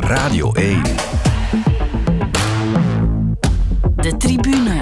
Radio 1. De Tribune.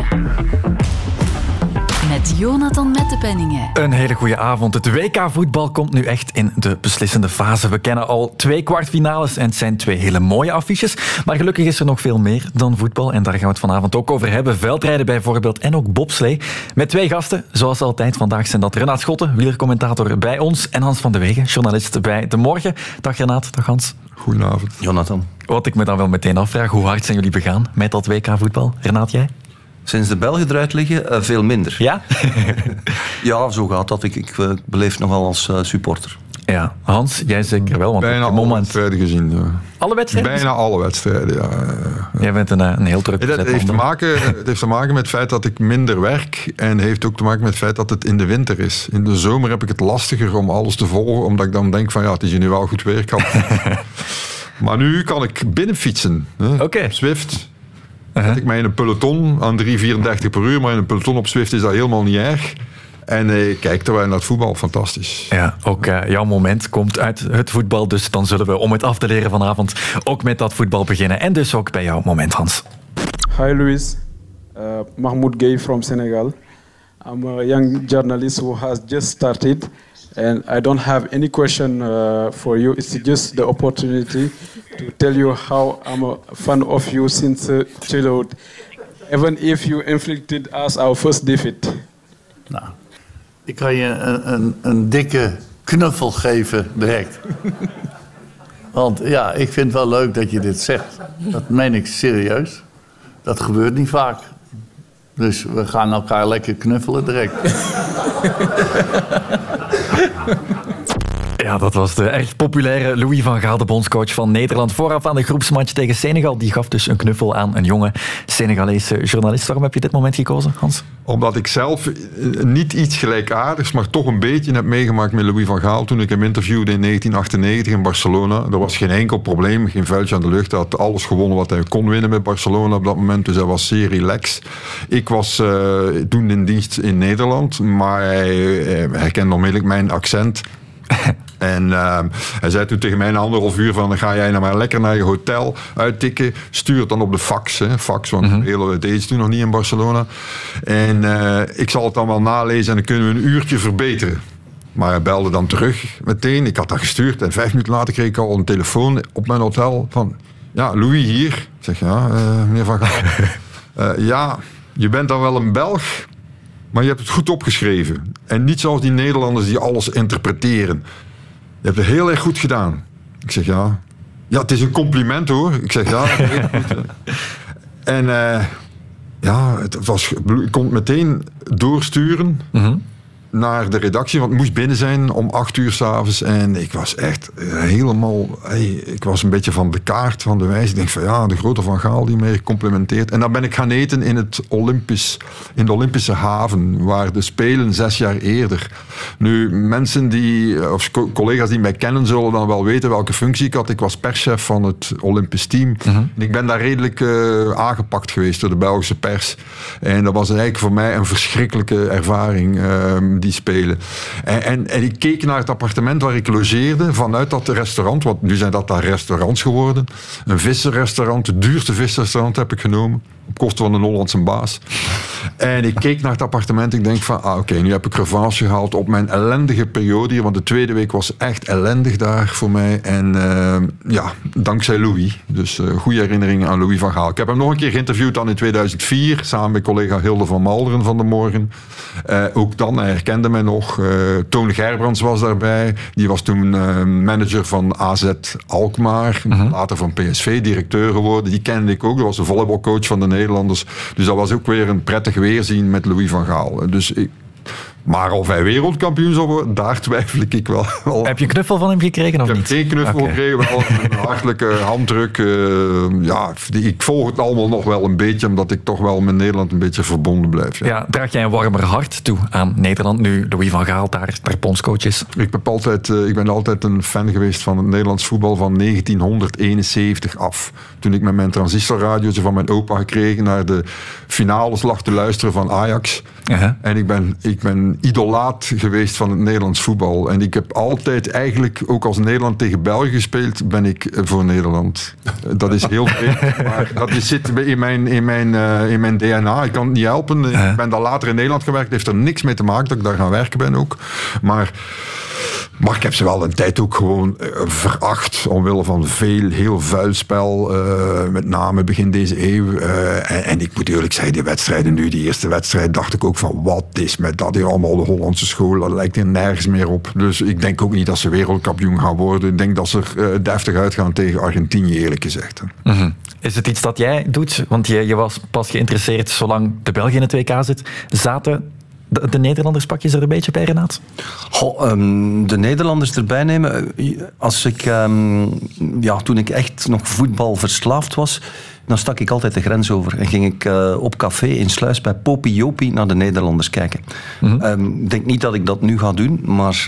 Met Jonathan Mettepenningen. Een hele goede avond. Het WK-voetbal komt nu echt in de beslissende fase. We kennen al 2 kwartfinales en het zijn 2 hele mooie affiches. Maar gelukkig is er nog veel meer dan voetbal. En daar gaan we het vanavond ook over hebben. Veldrijden bijvoorbeeld en ook bobslee. Met 2 gasten, zoals altijd. Vandaag zijn dat Renaat Schotten, wielercommentator bij ons. En Hans van de Wegen, journalist bij De Morgen. Dag Renaat, dag Hans. Goedenavond. Jonathan. Wat ik me dan wel meteen afvraag, hoe hard zijn jullie begaan met dat WK-voetbal? Renaat, jij? Sinds de Belgen eruit liggen, veel minder. Ja? Ja, zo gaat dat. Ik beleef nogal als supporter. Ja. Hans, jij zeker wel. Want Bijna alle wedstrijden gezien. Ja. Alle wedstrijden? Bijna alle wedstrijden, ja. Jij bent een heel druk Het heeft te maken met het feit dat ik minder werk en heeft ook te maken met het feit dat het in de winter is. In de zomer heb ik het lastiger om alles te volgen, omdat ik dan denk van ja, het is hier nu wel goed weer. Maar nu kan ik binnenfietsen. Oké. Zwift. Zet ik mij in een peloton aan 3,34 per uur, maar in een peloton op Zwift is dat helemaal niet erg. En ik kijk terwijl naar het voetbal, fantastisch. Ja, ook jouw moment komt uit het voetbal, dus dan zullen we, om het af te leren vanavond, ook met dat voetbal beginnen. En dus ook bij jouw moment, Hans. Hi Louis, Mahmoud Gueye from Senegal. I'm a young journalist who has just started. And I don't have any question for you. It's just the opportunity to tell you how I'm a fan of you since childhood. Even if you inflicted us our first defeat. Nou, ik kan je een dikke knuffel geven direct. Want ja, ik vind het wel leuk dat je dit zegt. Dat meen ik serieus. Dat gebeurt niet vaak. Dus we gaan elkaar lekker knuffelen direct. Ja, dat was de erg populaire Louis van Gaal, de bondscoach van Nederland. Vooraf aan de groepsmatch tegen Senegal. Die gaf dus een knuffel aan een jonge Senegalese journalist. Waarom heb je dit moment gekozen, Hans? Omdat ik zelf niet iets gelijkaardigs, maar toch een beetje heb meegemaakt met Louis van Gaal toen ik hem interviewde in 1998 in Barcelona. Er was geen enkel probleem, geen vuiltje aan de lucht. Hij had alles gewonnen wat hij kon winnen met Barcelona op dat moment. Dus hij was zeer relaxed. Ik was toen in dienst in Nederland, maar hij herkende onmiddellijk mijn accent. En hij zei toen tegen mij een 1,5 uur van dan ga jij nou maar lekker naar je hotel uittikken. Stuur het dan op de fax. Fax, want dat deed ze toen nog niet in Barcelona. En ik zal het dan wel nalezen en dan kunnen we een uurtje verbeteren. Maar hij belde dan terug meteen. Ik had dat gestuurd en 5 minuten later kreeg ik al een telefoon op mijn hotel van ja, Louis hier. Ik zeg ja, meneer Van Gaal. Ja, je bent dan wel een Belg, maar je hebt het goed opgeschreven. En niet zoals die Nederlanders die alles interpreteren. Je hebt het heel erg goed gedaan. Ik zeg ja. Ja, het is een compliment hoor. Ik zeg ja. En ja, ik kon het meteen doorsturen naar de redactie, want het moest binnen zijn om 8 uur 's avonds. En ik was echt helemaal... ik was een beetje van de kaart, van de wijs. Ik denk van ja, de grote Van Gaal die mij complimenteert. En dan ben ik gaan eten in de Olympische haven, waar de Spelen 6 jaar eerder. Nu, mensen of collega's die mij kennen, zullen dan wel weten welke functie ik had. Ik was perschef van het Olympisch team. En ik ben daar redelijk aangepakt geweest door de Belgische pers. En dat was eigenlijk voor mij een verschrikkelijke ervaring, die Spelen. En ik keek naar het appartement waar ik logeerde vanuit dat restaurant, want nu zijn dat daar restaurants geworden. Een vissenrestaurant, het duurste visrestaurant heb ik genomen, op kosten van een Hollandse baas. En ik keek naar het appartement en ik denk van, oké, nu heb ik revanche gehaald op mijn ellendige periode hier, want de tweede week was echt ellendig daar voor mij. En ja, dankzij Louis. Dus goede herinneringen aan Louis van Gaal. Ik heb hem nog een keer geïnterviewd dan in 2004, samen met collega Hilde van Malderen van De Morgen. Ook dan, hij herkende mij nog. Toon Gerbrands was daarbij. Die was toen manager van AZ Alkmaar. Later van PSV, directeur geworden. Die kende ik ook. Dat was de volleybalcoach van de Nederlanders. Dus dat was ook weer een prettig weerzien met Louis van Gaal. Maar of hij wereldkampioen zal worden, daar twijfel ik wel. Heb je een knuffel van hem gekregen of niet? Ik heb geen knuffel gekregen, wel een hartelijke handdruk. Ja, ik volg het allemaal nog wel een beetje, omdat ik toch wel met Nederland een beetje verbonden blijf. Ja. Ja, draag jij een warmer hart toe aan Nederland, nu Louis van Gaal daar bondscoach is? Ik ben altijd een fan geweest van het Nederlands voetbal van 1971 af. Toen ik met mijn transistorradiootje van mijn opa gekregen naar de finales lag te luisteren van Ajax. Uh-huh. En ik ben idolaat geweest van het Nederlands voetbal. En ik heb altijd eigenlijk, ook als Nederland tegen België gespeeld, ben ik voor Nederland. Dat is heel vreemd, maar dat zit in mijn DNA. Ik kan het niet helpen. Ik ben daar later in Nederland gewerkt. Het heeft er niks mee te maken dat ik daar gaan werken ben ook. Maar ik heb ze wel een tijd ook gewoon veracht. Omwille van heel vuil spel. Met name begin deze eeuw. En ik moet eerlijk zeggen, die wedstrijden nu, die eerste wedstrijd, dacht ik ook van, wat is met dat hier allemaal de Hollandse school? Dat lijkt er nergens meer op. Dus ik denk ook niet dat ze wereldkampioen gaan worden. Ik denk dat ze er deftig uitgaan tegen Argentinië, eerlijk gezegd. Mm-hmm. Is het iets dat jij doet? Want je was pas geïnteresseerd zolang de België in het WK zit. Zaten de Nederlanders pakjes er een beetje bij, Renaat? De Nederlanders erbij nemen. Als ik, toen ik echt nog voetbalverslaafd was, dan stak ik altijd de grens over. En ging ik op café in Sluis bij Popie Jopie naar de Nederlanders kijken. Mm-hmm. Ik denk niet dat ik dat nu ga doen, maar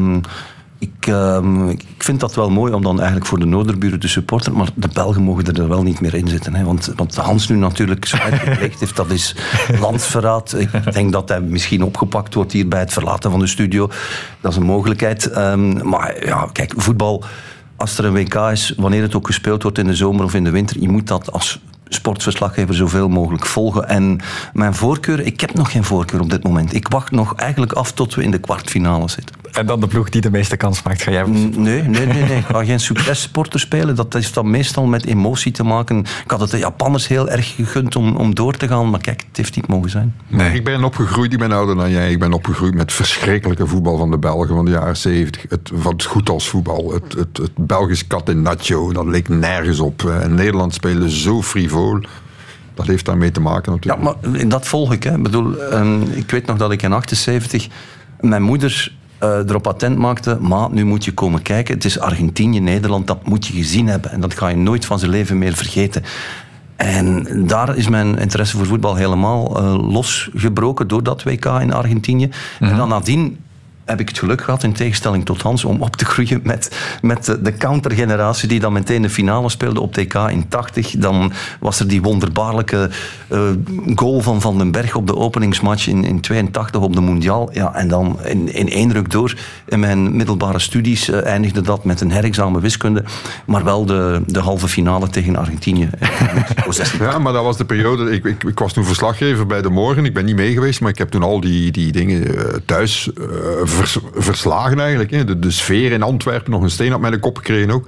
ik vind dat wel mooi om dan eigenlijk voor de Noorderburen te supporteren, maar de Belgen mogen er wel niet meer in zitten. Hè? Want Hans nu natuurlijk zo uitgepleegd heeft, dat is landsverraad. Ik denk dat hij misschien opgepakt wordt hier bij het verlaten van de studio. Dat is een mogelijkheid. Maar ja, kijk, voetbal, als er een WK is, wanneer het ook gespeeld wordt in de zomer of in de winter, je moet dat als sportverslaggever zoveel mogelijk volgen. En mijn voorkeur, ik heb nog geen voorkeur op dit moment. Ik wacht nog eigenlijk af tot we in de kwartfinale zitten. En dan de ploeg die de meeste kans maakt, ga jij? Nee. Ik ga geen successporter spelen. Dat heeft dan meestal met emotie te maken. Ik had het de Japanners heel erg gegund om door te gaan, maar kijk, het heeft niet mogen zijn. Nee. Ik ben ouder dan jij. Ik ben opgegroeid met verschrikkelijke voetbal van de Belgen van de jaren 70. Van het goed als voetbal. Het Belgisch catenaccio, dat leek nergens op. En Nederland speelde zo frivol. Dat heeft daarmee te maken natuurlijk. Ja, maar dat volg ik. Hè. Ik bedoel, ik weet nog dat ik in 78 mijn moeder erop attent maakte, maar nu moet je komen kijken. Het is Argentinië, Nederland, dat moet je gezien hebben. En dat ga je nooit van zijn leven meer vergeten. En daar is mijn interesse voor voetbal helemaal losgebroken door dat WK in Argentinië. Mm-hmm. En dan nadien heb ik het geluk gehad, in tegenstelling tot Hans, om op te groeien met de countergeneratie die dan meteen de finale speelde op TK in 80. Dan was er die wonderbaarlijke goal van Van den Berg op de openingsmatch in 82 op de Mondiaal. Ja, en dan in één ruk door. In mijn middelbare studies eindigde dat met een herexamen wiskunde, maar wel de halve finale tegen Argentinië. Ja, maar dat was de periode. Ik was toen verslaggever bij De Morgen. Ik ben niet mee geweest, maar ik heb toen al die dingen thuis verslagen eigenlijk. Hè. De sfeer in Antwerpen, nog een steen op mijn kop gekregen ook.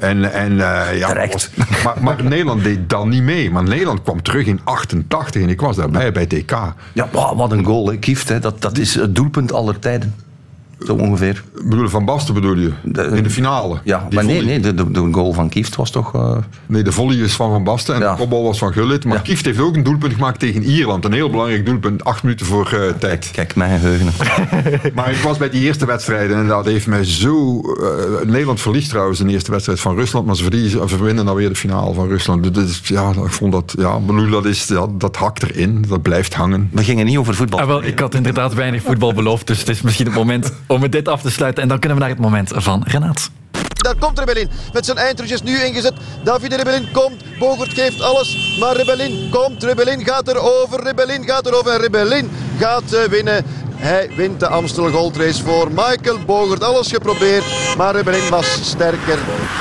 Terecht. Maar Nederland deed dan niet mee. Maar Nederland kwam terug in 88 en ik was daarbij bij TK. Ja, wat een goal, hè. Kieft, hè. Dat is het doelpunt aller tijden. Zo ongeveer. Van Basten bedoel je? In de finale? Ja, maar nee, de goal van Kieft was toch... Nee, de volley is van Basten en de kopbal was van Gullit. Maar Kieft heeft ook een doelpunt gemaakt tegen Ierland. Een heel belangrijk doelpunt, 8 minuten voor tijd. Kijk, mijn geheugen. Maar ik was bij die eerste wedstrijden en dat heeft mij zo... Nederland verliest trouwens de eerste wedstrijd van Rusland, maar ze winnen dan weer de finale van Rusland. Dus ja, ik vond dat... Ja, dat hakt erin, dat blijft hangen. We gingen niet over voetbal. Wel, ik had inderdaad weinig voetbal beloofd, dus het is misschien het moment om met dit af te sluiten. En dan kunnen we naar het moment van Renaat. Daar komt Rebellin met zijn eindtrucjes nu ingezet. Davide Rebellin komt, Bogert geeft alles, maar Rebellin komt, Rebellin gaat erover en Rebellin gaat winnen. Hij wint de Amstel Gold Race voor Michael Bogert. Alles geprobeerd, maar Rebellin was sterker.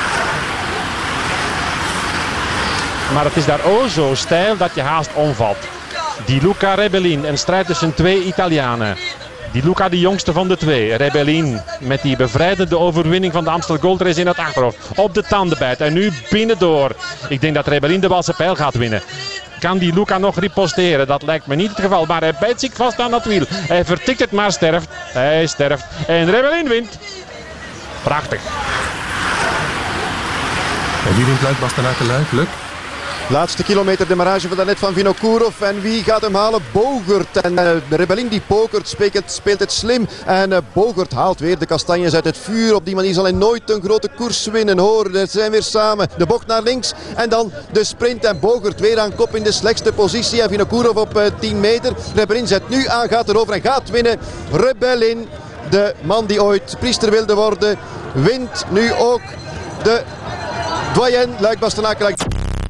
Maar het is daar zo steil dat je haast omvalt. Di Luca Rebellin, een strijd tussen twee Italianen. Di Luca, de jongste van de twee. Rebellin met die bevrijdende overwinning van de Amstel Gold Race in het achterhoofd. Op de tanden bijt en nu binnendoor. Ik denk dat Rebellin de Walse Pijl gaat winnen. Kan Di Luca nog riposteren? Dat lijkt me niet het geval. Maar hij bijt zich vast aan dat wiel. Hij vertikt het maar sterft. Hij sterft. En Rebellin wint. Prachtig. En wie wint Luik, Bastenaken, Luik? Laatste kilometer demarrage van daarnet van Vinokourov. En wie gaat hem halen? Bogert. En Rebellin die pokert, speelt het slim. En Bogert haalt weer de kastanjes uit het vuur. Op die manier zal hij nooit een grote koers winnen. Hoor, ze zijn weer samen. De bocht naar links. En dan de sprint. En Bogert weer aan kop in de slechtste positie. En Vinokourov op 10 meter. Rebellin zet nu aan, gaat erover en gaat winnen. Rebellin, de man die ooit priester wilde worden, wint nu ook de doyen Luik Bastenaken.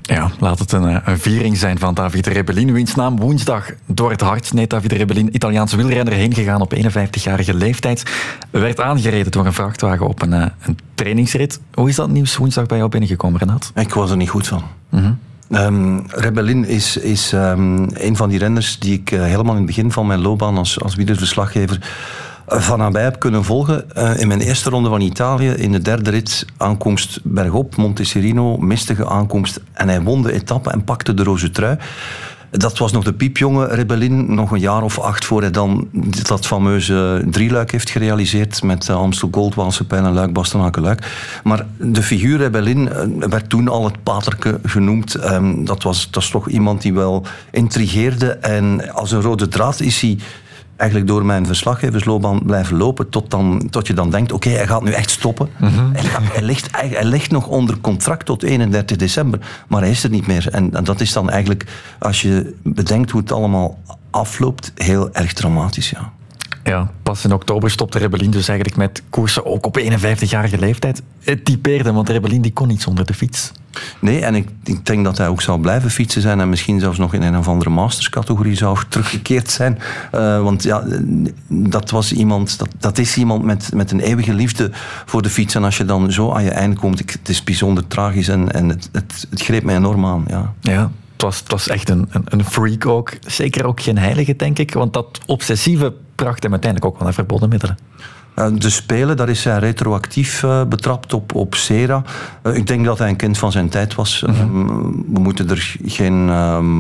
Ja, laat het een viering zijn van Davide Rebellin. Wiens naam woensdag door het hart sneed. Davide Rebellin, Italiaanse wielrenner, heen gegaan op 51-jarige leeftijd. Werd aangereden door een vrachtwagen op een trainingsrit. Hoe is dat nieuws woensdag bij jou binnengekomen, Renat? Ik was er niet goed van. Rebellin is een van die renners die ik helemaal in het begin van mijn loopbaan als wielerverslaggever van nabij heb kunnen volgen. In mijn eerste ronde van Italië, in de derde rit, aankomst bergop, Monte Serino, mistige aankomst. En hij won de etappe en pakte de roze trui. Dat was nog de piepjonge Rebellin, nog een jaar of 8 voor hij dan dat fameuze drieluik heeft gerealiseerd met Amstel Gold, Waalse Pijl en Luik, Bastenaken-Luik. Maar de figuur Rebellin werd toen al het paterke genoemd. Dat was toch iemand die wel intrigeerde. En als een rode draad is hij eigenlijk door mijn verslaggeversloopbaan blijven lopen tot je dan denkt, oké, hij gaat nu echt stoppen. Hij ligt nog onder contract tot 31 december, maar hij is er niet meer. En dat is dan eigenlijk, als je bedenkt hoe het allemaal afloopt, heel erg dramatisch, ja. Ja, pas in oktober stopte Rebellin dus eigenlijk met koersen, ook op 51-jarige leeftijd. Het typeerde, want Rebellin die kon niet zonder de fiets. Nee, en ik denk dat hij ook zou blijven fietsen zijn en misschien zelfs nog in een of andere masterscategorie zou teruggekeerd zijn. Want ja, dat is iemand met een eeuwige liefde voor de fiets. En als je dan zo aan je eind komt, het is bijzonder tragisch en het greep mij enorm aan. Ja. Het was echt een freak ook. Zeker ook geen heilige, denk ik, want dat obsessieve bracht hem uiteindelijk ook wel naar verboden middelen. De Spelen, daar is hij retroactief betrapt op Sera. Ik denk dat hij een kind van zijn tijd was. We moeten er geen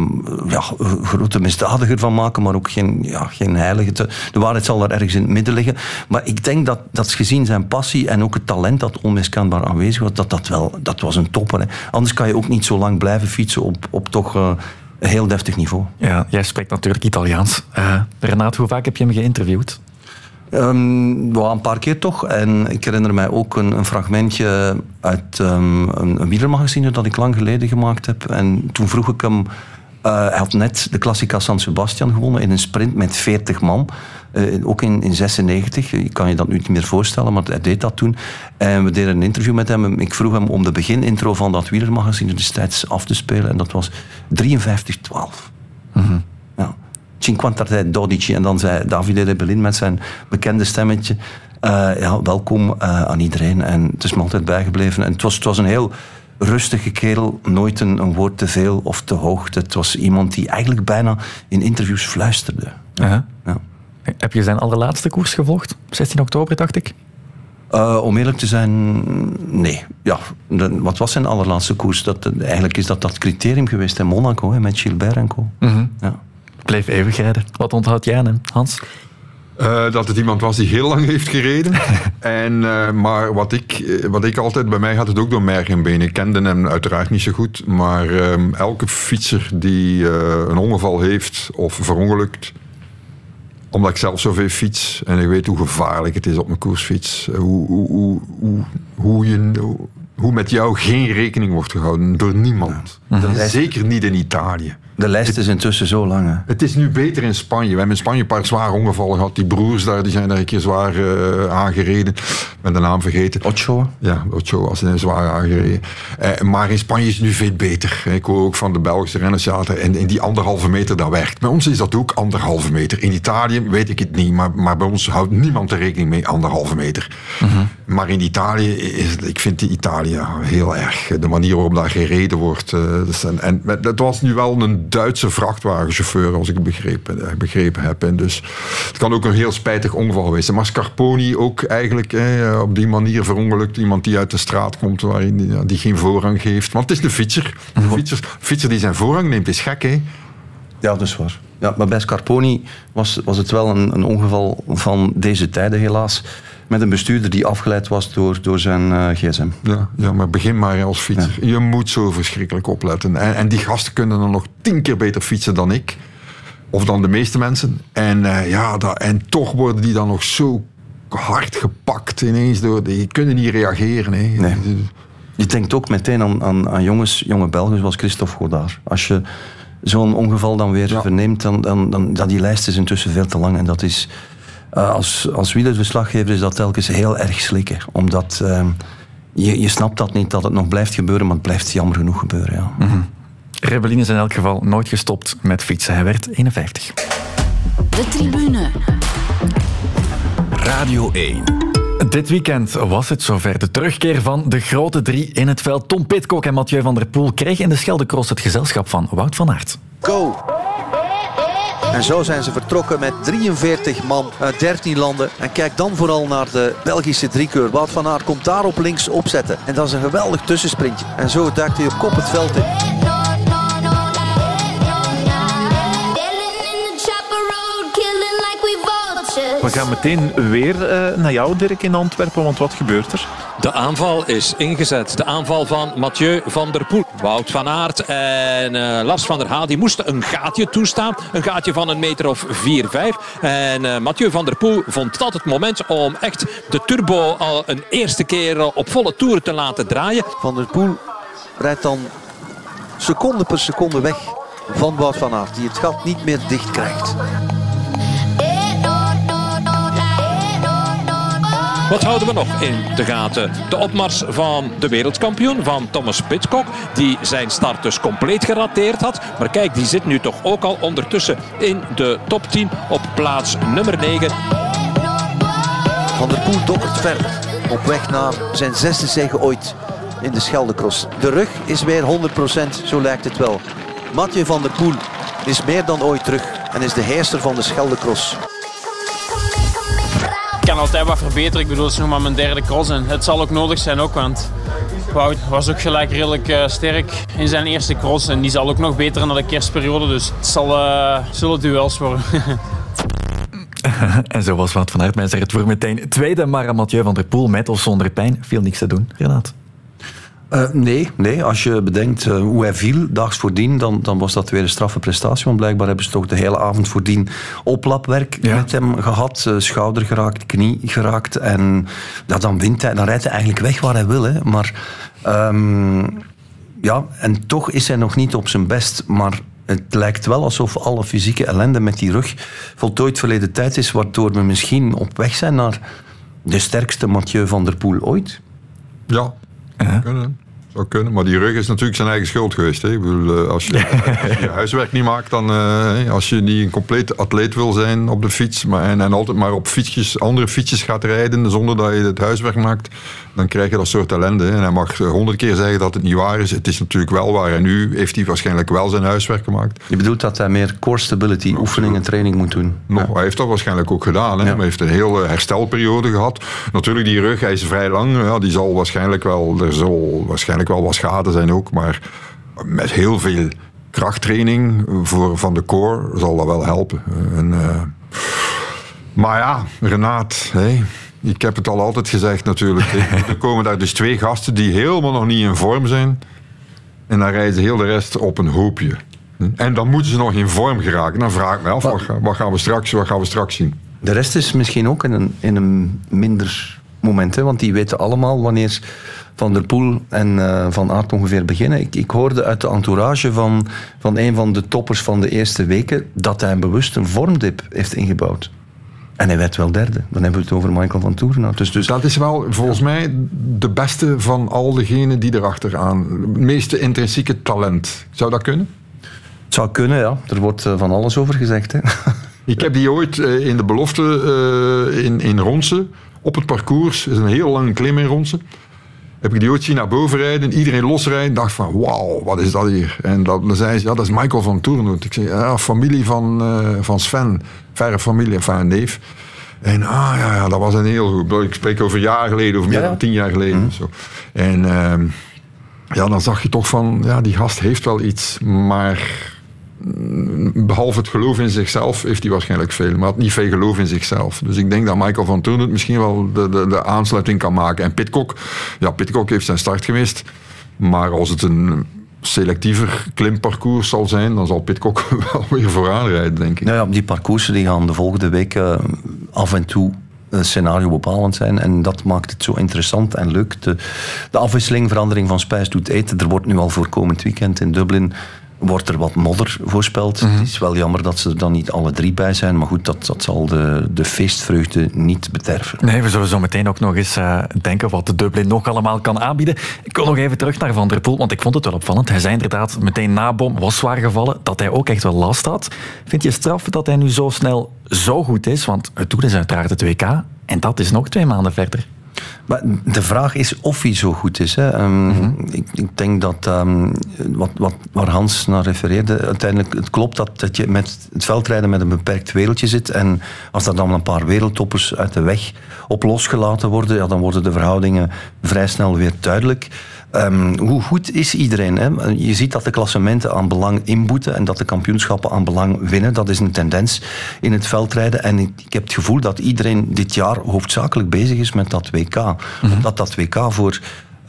grote misdadiger van maken, maar ook geen heilige. De waarheid zal daar ergens in het midden liggen. Maar ik denk dat gezien zijn passie en ook het talent dat onmiskenbaar aanwezig was, dat was een topper. Hè. Anders kan je ook niet zo lang blijven fietsen op toch een heel deftig niveau. Ja, jij spreekt natuurlijk Italiaans. Renaat, hoe vaak heb je hem geïnterviewd? Een paar keer toch. En ik herinner mij ook een fragmentje uit een wielermagazine dat ik lang geleden gemaakt heb. En toen vroeg ik hem... hij had net de Classica San Sebastian gewonnen in een sprint met 40 man. Ook in 96. Je kan je dat nu niet meer voorstellen, maar hij deed dat toen. En we deden een interview met hem. Ik vroeg hem om de beginintro van dat wielermagazine destijds af te spelen. En dat was 53-12. Ja. 53-12. En dan zei Davide Rebellin met zijn bekende stemmetje... welkom aan iedereen. En het is me altijd bijgebleven. En het was een heel rustige kerel. Nooit een woord te veel of te hoog. Het was iemand die eigenlijk bijna in interviews fluisterde. Ja. Heb je zijn allerlaatste koers gevolgd? 16 oktober, dacht ik? Om eerlijk te zijn, nee. Ja, wat was zijn allerlaatste koers? Eigenlijk is dat criterium geweest in Monaco, met Gilbert en co. Ja. Bleef eeuwig rijden. Wat onthoudt jij aan hem, Hans? Dat het iemand was die heel lang heeft gereden. Maar wat ik altijd... Bij mij had het ook door merg en been. Ik kende hem uiteraard niet zo goed. Maar elke fietser die een ongeval heeft of verongelukt... Omdat ik zelf zoveel fiets en ik weet hoe gevaarlijk het is op mijn koersfiets. Hoe met jou geen rekening wordt gehouden door niemand. Zeker niet in Italië. De lijst is intussen zo lang. Hè? Het is nu beter in Spanje. We hebben in Spanje een paar zware ongevallen gehad. Die broers daar, die zijn daar een keer zwaar aangereden. Ik ben de naam vergeten. Ochoa? Ja, Ochoa was zwaar aangereden. Maar in Spanje is het nu veel beter. Ik hoor ook van de Belgische renners, en die 1,5 meter, dat werkt. Bij ons is dat ook 1,5 meter. In Italië weet ik het niet, maar bij ons houdt niemand er rekening mee, 1,5 meter. Maar in Italië, ik vind Italië heel erg. De manier waarop daar gereden wordt. En dat was nu wel een Duitse vrachtwagenchauffeur, als ik begrepen heb. En dus het kan ook een heel spijtig ongeval geweest zijn. Maar Scarponi ook eigenlijk op die manier verongelukt. Iemand die uit de straat komt, die geen voorrang geeft. Want het is de fietser. De fietser die zijn voorrang neemt, is gek, hè? Ja, dat is waar. Ja, maar bij Scarponi was het wel een ongeval van deze tijden, helaas. Met een bestuurder die afgeleid was door zijn gsm. Ja, maar begin maar als fietser. Ja. Je moet zo verschrikkelijk opletten. En die gasten kunnen dan nog 10 keer beter fietsen dan ik. Of dan de meeste mensen. En toch worden die dan nog zo hard gepakt ineens. Die kunnen niet reageren. Hè. Nee. Je denkt ook meteen aan jonge Belgen zoals Christophe Godard. Als je zo'n ongeval dan weer verneemt, dan die lijst is intussen veel te lang. En dat is... Als wielerverslaggever is dat telkens heel erg slikken. Omdat je snapt dat niet, dat het nog blijft gebeuren, maar het blijft jammer genoeg gebeuren. Ja. Rebellin is in elk geval nooit gestopt met fietsen. Hij werd 51. De tribune. Radio 1. Dit weekend was het zover. De terugkeer van de grote drie in het veld. Tom Pidcock en Mathieu van der Poel kregen in de Scheldecross het gezelschap van Wout van Aert. Go! En zo zijn ze vertrokken met 43 man uit 13 landen. En kijk dan vooral naar de Belgische driekeur. Wout van Aert komt daar op links opzetten. En dat is een geweldig tussensprintje. En zo duikt hij op kop het veld in. We gaan meteen weer naar jou, Dirk, in Antwerpen, want wat gebeurt er? De aanval is ingezet. De aanval van Mathieu van der Poel. Wout van Aert en Lars van der Haar die moesten een gaatje toestaan. Een gaatje van 1 meter of 4-5. En Mathieu van der Poel vond dat het moment om echt de turbo al een eerste keer op volle toeren te laten draaien. Van der Poel rijdt dan seconde per seconde weg van Wout van Aert, die het gat niet meer dicht krijgt. Wat houden we nog in de gaten? De opmars van de wereldkampioen, van Thomas Pidcock, die zijn start dus compleet gerateerd had. Maar kijk, die zit nu toch ook al ondertussen in de top 10 op plaats nummer 9. Van der Poel dokkert verder op weg naar zijn 6e zege ooit in de Scheldecross. De rug is weer 100%, zo lijkt het wel. Mathieu van der Poel is meer dan ooit terug en is de heerser van de Scheldecross. Ik kan altijd wat verbeteren. Ik bedoel, het is nog maar mijn 3e cross en het zal ook nodig zijn ook, want Wout was ook gelijk redelijk sterk in zijn eerste cross en die zal ook nog beter na de kerstperiode, dus het zullen duels worden. En zo was Wout van Aert mijn retour meteen tweede, maar Mathieu van der Poel met of zonder pijn viel niks te doen. Renaat? Nee, als je bedenkt hoe hij viel daags voordien, dan was dat weer een straffe prestatie. Want blijkbaar hebben ze toch de hele avond voordien oplapwerk met hem gehad. Schouder geraakt, knie geraakt. En dan wint hij, dan rijdt hij eigenlijk weg waar hij wil. Hè. Maar en toch is hij nog niet op zijn best. Maar het lijkt wel alsof alle fysieke ellende met die rug voltooid verleden tijd is, waardoor we misschien op weg zijn naar de sterkste Mathieu van der Poel ooit. Ja. Zou kunnen, maar die rug is natuurlijk zijn eigen schuld geweest. Hè. Ik bedoel, als je je huiswerk niet maakt, dan als je niet een compleet atleet wil zijn op de fiets en altijd maar op andere fietsjes gaat rijden zonder dat je het huiswerk maakt, dan krijg je dat soort ellende. Hè. En hij mag 100 keer zeggen dat het niet waar is. Het is natuurlijk wel waar. En nu heeft hij waarschijnlijk wel zijn huiswerk gemaakt. Je bedoelt dat hij meer core stability, oefening en training moet doen? Hij heeft dat waarschijnlijk ook gedaan. Hè. Ja. Hij heeft een hele herstelperiode gehad. Natuurlijk, die rug, hij is vrij lang. Ja, die zal waarschijnlijk wel wat schade zijn ook, maar met heel veel krachttraining van de core zal dat wel helpen. Maar ja, Renaat, ik heb het al altijd gezegd natuurlijk. Er komen daar dus 2 gasten die helemaal nog niet in vorm zijn en dan rijden ze heel de rest op een hoopje. En dan moeten ze nog in vorm geraken. Dan vraag ik me af, wat gaan we straks zien? De rest is misschien ook in een minder moment, hè, want die weten allemaal wanneer Van der Poel en Van Aert ongeveer beginnen. Ik hoorde uit de entourage van een van de toppers van de eerste weken dat hij bewust een vormdip heeft ingebouwd. En hij werd wel 3e. Dan hebben we het over Michael van Toerenhout. Dus dat is wel volgens mij de beste van al degenen die erachteraan. Het meeste intrinsieke talent. Zou dat kunnen? Het zou kunnen, ja. Er wordt van alles over gezegd. Hè. Ik heb die ooit in de belofte in Ronsen op het parcours. Het is een heel lange klim in Ronsen. Heb ik die ooit zien naar boven rijden, iedereen losrijden, dacht van wauw, wat is dat hier? En dan zei ze, dat is Michael van Toerenhout. Ik zei, familie van Sven, verre familie, enfin neef. En dat was een heel goed. Ik spreek over een jaar geleden, of meer dan 10 jaar geleden. Of zo. En dan zag je toch van, die gast heeft wel iets, maar behalve het geloof in zichzelf heeft hij waarschijnlijk veel, maar had niet veel geloof in zichzelf. Dus ik denk dat Michael van Toerenhout misschien wel de aansluiting kan maken. En Pidcock heeft zijn start gemist, maar als het een selectiever klimparcours zal zijn, dan zal Pidcock wel weer vooraan rijden, denk ik. Nou ja, die parcoursen die gaan de volgende week af en toe scenario bepalend zijn en dat maakt het zo interessant en leuk. De afwisseling, verandering van spijs doet eten. Er wordt nu al voor komend weekend in Dublin wordt er wat modder voorspeld. Het is wel jammer dat ze er dan niet alle 3 bij zijn. Maar goed, dat zal de feestvreugde niet bederven. Nee, we zullen zo meteen ook nog eens denken wat de Dublin nog allemaal kan aanbieden. Ik wil nog even terug naar Van der Poel, want ik vond het wel opvallend. Hij zei inderdaad meteen na Bom, was zwaar gevallen, dat hij ook echt wel last had. Vind je straf dat hij nu zo snel zo goed is? Want het doel is uiteraard het WK en dat is nog 2 maanden verder. Maar de vraag is of hij zo goed is. Hè. Ik denk dat waar Hans naar refereerde, uiteindelijk het klopt dat je met het veldrijden met een beperkt wereldje zit. En als er dan een paar wereldtoppers uit de weg op losgelaten worden, ja, dan worden de verhoudingen vrij snel weer duidelijk. Hoe goed is iedereen? Hè? Je ziet dat de klassementen aan belang inboeten en dat de kampioenschappen aan belang winnen. Dat is een tendens in het veldrijden. En ik heb het gevoel dat iedereen dit jaar hoofdzakelijk bezig is met dat WK. Omdat dat WK voor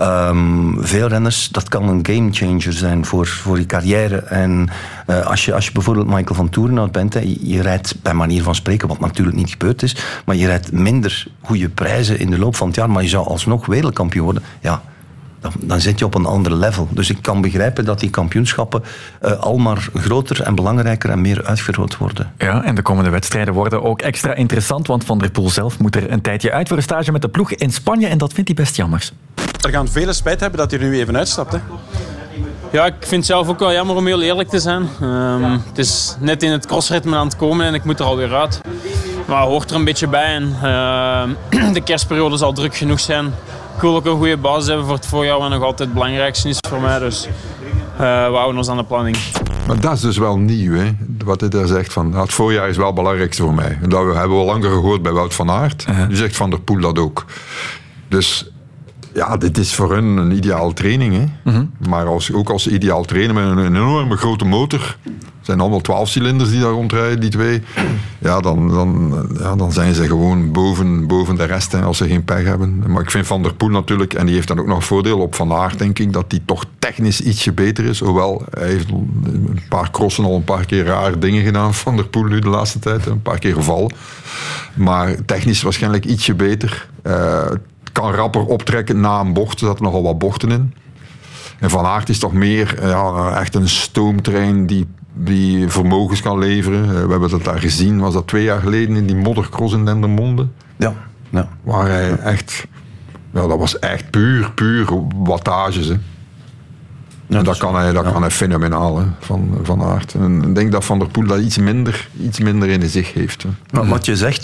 veel renners, dat kan een gamechanger zijn voor je carrière. En als je bijvoorbeeld Michael van Toerenhout bent, je rijdt bij manier van spreken, wat natuurlijk niet gebeurd is, maar je rijdt minder goede prijzen in de loop van het jaar, maar je zou alsnog wereldkampioen worden. Ja, dan zit je op een ander level. Dus ik kan begrijpen dat die kampioenschappen al maar groter en belangrijker en meer uitvergroot worden. Ja, en de komende wedstrijden worden ook extra interessant, want Van der Poel zelf moet er een tijdje uit voor een stage met de ploeg in Spanje en dat vindt hij best jammer. Er gaan vele spijt hebben dat hij er nu even uitstapt, hè? Ja, ik vind het zelf ook wel jammer om heel eerlijk te zijn. Het is net in het crossritme aan het komen en ik moet er alweer uit. Maar hoort er een beetje bij en de kerstperiode zal druk genoeg zijn. Ik wil ook een goede basis hebben voor het voorjaar, wat nog altijd het belangrijkste is voor mij. Dus we houden ons aan de planning. Maar dat is dus wel nieuw, hè? Wat hij daar zegt. Van, het voorjaar is wel het belangrijkste voor mij. En dat hebben we al langer gehoord bij Wout van Aert. Nu zegt Van der Poel dat ook. Dus ja, dit is voor hun een ideale training. Hè? Maar ook als ideaal trainen met een enorme grote motor. Het zijn allemaal 12 cilinders die daar rondrijden, die 2. Ja, dan zijn ze gewoon boven de rest, hè, als ze geen pech hebben. Maar ik vind Van der Poel natuurlijk, en die heeft dan ook nog een voordeel op Van Aert, denk ik, dat die toch technisch ietsje beter is. Hoewel, hij heeft een paar crossen al een paar keer rare dingen gedaan, Van der Poel nu de laatste tijd. Een paar keer gevallen. Maar technisch waarschijnlijk ietsje beter. Kan rapper optrekken na een bocht. Er zaten nogal wat bochten in. En Van Aert is toch meer echt een stoomtrein die vermogens kan leveren. We hebben dat daar gezien, was dat 2 jaar geleden in die moddercross in Dendermonde. Ja. Waar hij echt... Ja, dat was echt puur wattages. Hè. Ja, dat kan hij fenomenaal, hè, van Aert. En ik denk dat Van der Poel dat iets minder in zich heeft. Hè. Maar wat je zegt,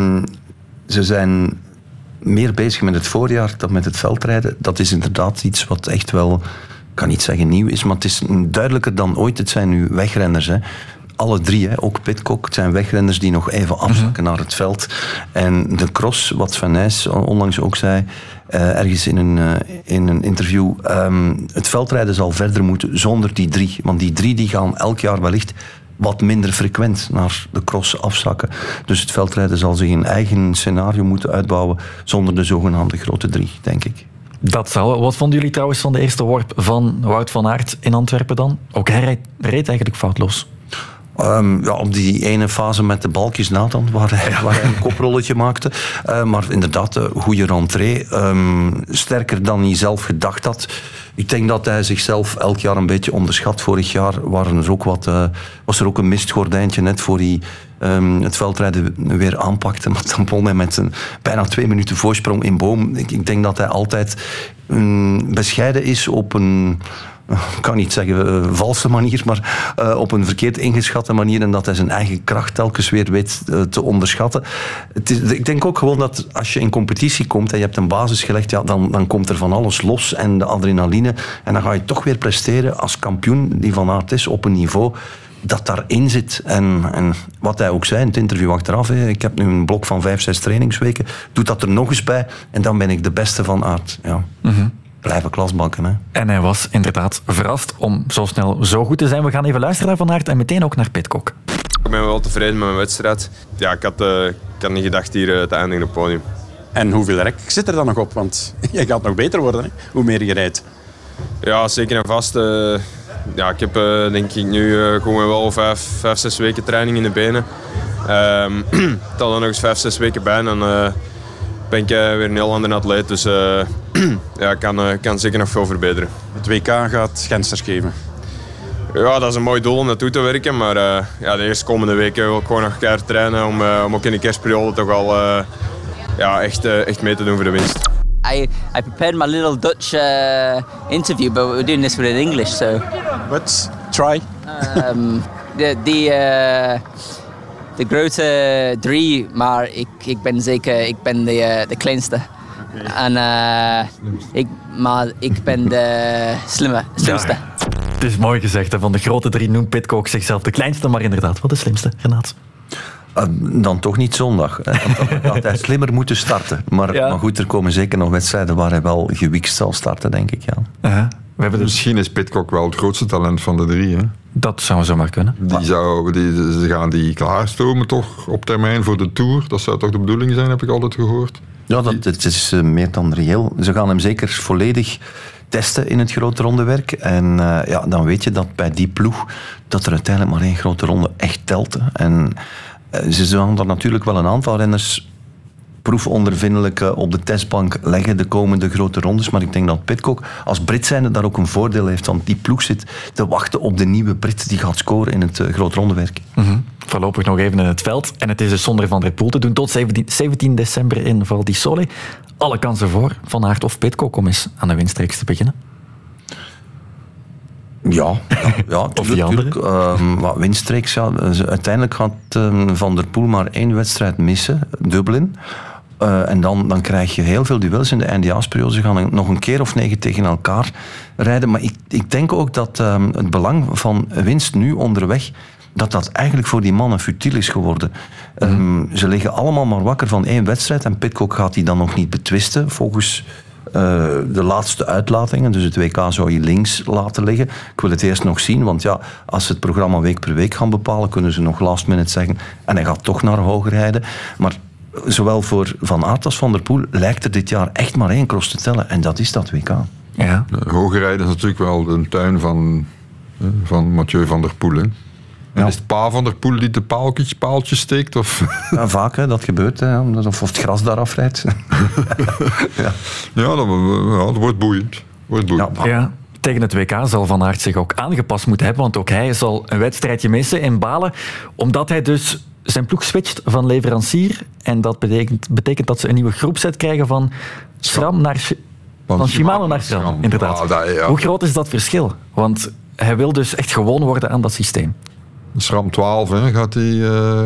ze zijn meer bezig met het voorjaar dan met het veldrijden. Dat is inderdaad iets wat echt wel, ik kan niet zeggen nieuw is, maar het is duidelijker dan ooit. Het zijn nu wegrenners, hè. Alle 3, hè. Ook Pidcock, het zijn wegrenners die nog even afzakken naar het veld. En de cross, wat Van Nys onlangs ook zei, ergens in een interview, het veldrijden zal verder moeten zonder die 3. Want die 3 die gaan elk jaar wellicht wat minder frequent naar de cross afzakken. Dus het veldrijden zal zich een eigen scenario moeten uitbouwen zonder de zogenaamde grote 3, denk ik. Dat zal. Wat vonden jullie trouwens van de eerste worp van Wout van Aert in Antwerpen dan? Ook hij reed eigenlijk foutloos. Op die ene fase met de balkjes na dan, waar hij een koprolletje maakte. Maar inderdaad, een goede rentree. Sterker dan hij zelf gedacht had. Ik denk dat hij zichzelf elk jaar een beetje onderschat. Vorig jaar was er ook een mistgordijntje net voor hij het veldrijden weer aanpakte. Maar dan won hij met een bijna 2 minuten voorsprong in Boom. Ik denk dat hij altijd bescheiden is op een... Ik kan niet zeggen valse manier, maar op een verkeerd ingeschatte manier en dat hij zijn eigen kracht telkens weer weet te onderschatten. Ik denk ook gewoon dat als je in competitie komt en je hebt een basis gelegd, ja, dan komt er van alles los en de adrenaline en dan ga je toch weer presteren als kampioen die Van Aert is op een niveau dat daarin zit. En wat hij ook zei in het interview achteraf, ik heb nu een blok van 5-6 trainingsweken, doe dat er nog eens bij en dan ben ik de beste Van Aert. Ja. Blijven klasbakken. Hè. En hij was inderdaad verrast om zo snel zo goed te zijn. We gaan even luisteren naar Van Aert en meteen ook naar Pidcock. Ik ben wel tevreden met mijn wedstrijd. Ja, ik had niet gedacht hier te eindigen op het podium. En hoeveel rek zit er dan nog op? Want je gaat nog beter worden, hè? Hoe meer je rijdt. Ja, zeker en vast. Ik heb denk ik nu gewoon wel 5-6 weken training in de benen. Tel dan nog eens 5-6 weken bij en dan ben ik weer een heel ander atleet. Dus ik kan zeker nog veel verbeteren. Het WK gaat Gensters geven. Ja, dat is een mooi doel om naartoe te werken. Maar de eerste komende weken wil ik gewoon nog keihard trainen om ook in de kerstperiode toch al echt mee te doen voor de winst. I prepared my little Dutch interview, but we're doing this in English, so. But try. De grote 3, maar ik ben zeker de kleinste. Okay. Maar ik ben de slimste. Ja, het is mooi gezegd, hè? Van de grote 3 noemt Pidcock zichzelf de kleinste, maar inderdaad wel de slimste, Renaat. Dan toch niet zondag. Dan had hij slimmer moeten starten. Maar goed, er komen zeker nog wedstrijden waar hij wel gewiekst zal starten, denk ik. Ja. Misschien is Pidcock wel het grootste talent van de 3. Hè? Dat zou zomaar kunnen. Ze gaan die klaarstomen toch op termijn voor de Tour. Dat zou toch de bedoeling zijn, heb ik altijd gehoord. Ja, het is meer dan reëel. Ze gaan hem zeker volledig testen in het grote rondewerk. En dan weet je dat bij die ploeg dat er uiteindelijk maar 1 grote ronde echt telt. En ze zullen er natuurlijk wel een aantal renners proefondervindelijk op de testbank leggen de komende grote rondes. Maar ik denk dat Pidcock als Brit zijnde daar ook een voordeel heeft. Want die ploeg zit te wachten op de nieuwe Brit die gaat scoren in het groot rondewerk. Mm-hmm. Voorlopig nog even in het veld. En het is dus zonder Van der Poel te doen tot 17 december in Val di Sole. Alle kansen voor Van Aert of Pidcock om eens aan de winstreeks te beginnen. Ja, of die andere? Winstreeks, uiteindelijk gaat Van der Poel maar 1 wedstrijd missen, Dublin. En dan krijg je heel veel duels in de eindejaarsperiode. Ze gaan nog een keer of 9 tegen elkaar rijden. Maar ik denk ook dat het belang van winst nu onderweg, dat eigenlijk voor die mannen futiel is geworden. Ze liggen allemaal maar wakker van 1 wedstrijd en Pidcock gaat die dan nog niet betwisten, volgens de laatste uitlatingen. Dus het WK zou je links laten liggen. Ik wil het eerst nog zien, want als ze het programma week per week gaan bepalen, kunnen ze nog last minute zeggen en hij gaat toch naar hoger rijden. Maar zowel voor Van Aert als Van der Poel lijkt er dit jaar echt maar 1 cross te tellen en dat is dat WK. Ja. Hoger rijden is natuurlijk wel de tuin van Mathieu van der Poel. Hè? En is het pa Van der Poel die de paaltjes steekt? Of? Ja, vaak, hè, dat gebeurt. Hè, of het gras daar afrijdt. Dat wordt boeiend. Ja. Tegen het WK zal Van Aert zich ook aangepast moeten hebben, want ook hij zal een wedstrijdje missen in Balen, omdat hij dus zijn ploeg switcht van leverancier. En dat betekent dat ze een nieuwe groepset krijgen van SRAM naar van Shimano naar SRAM. Inderdaad. Hoe groot is dat verschil? Want hij wil dus echt gewoon worden aan dat systeem. SRAM 12 gaat hij...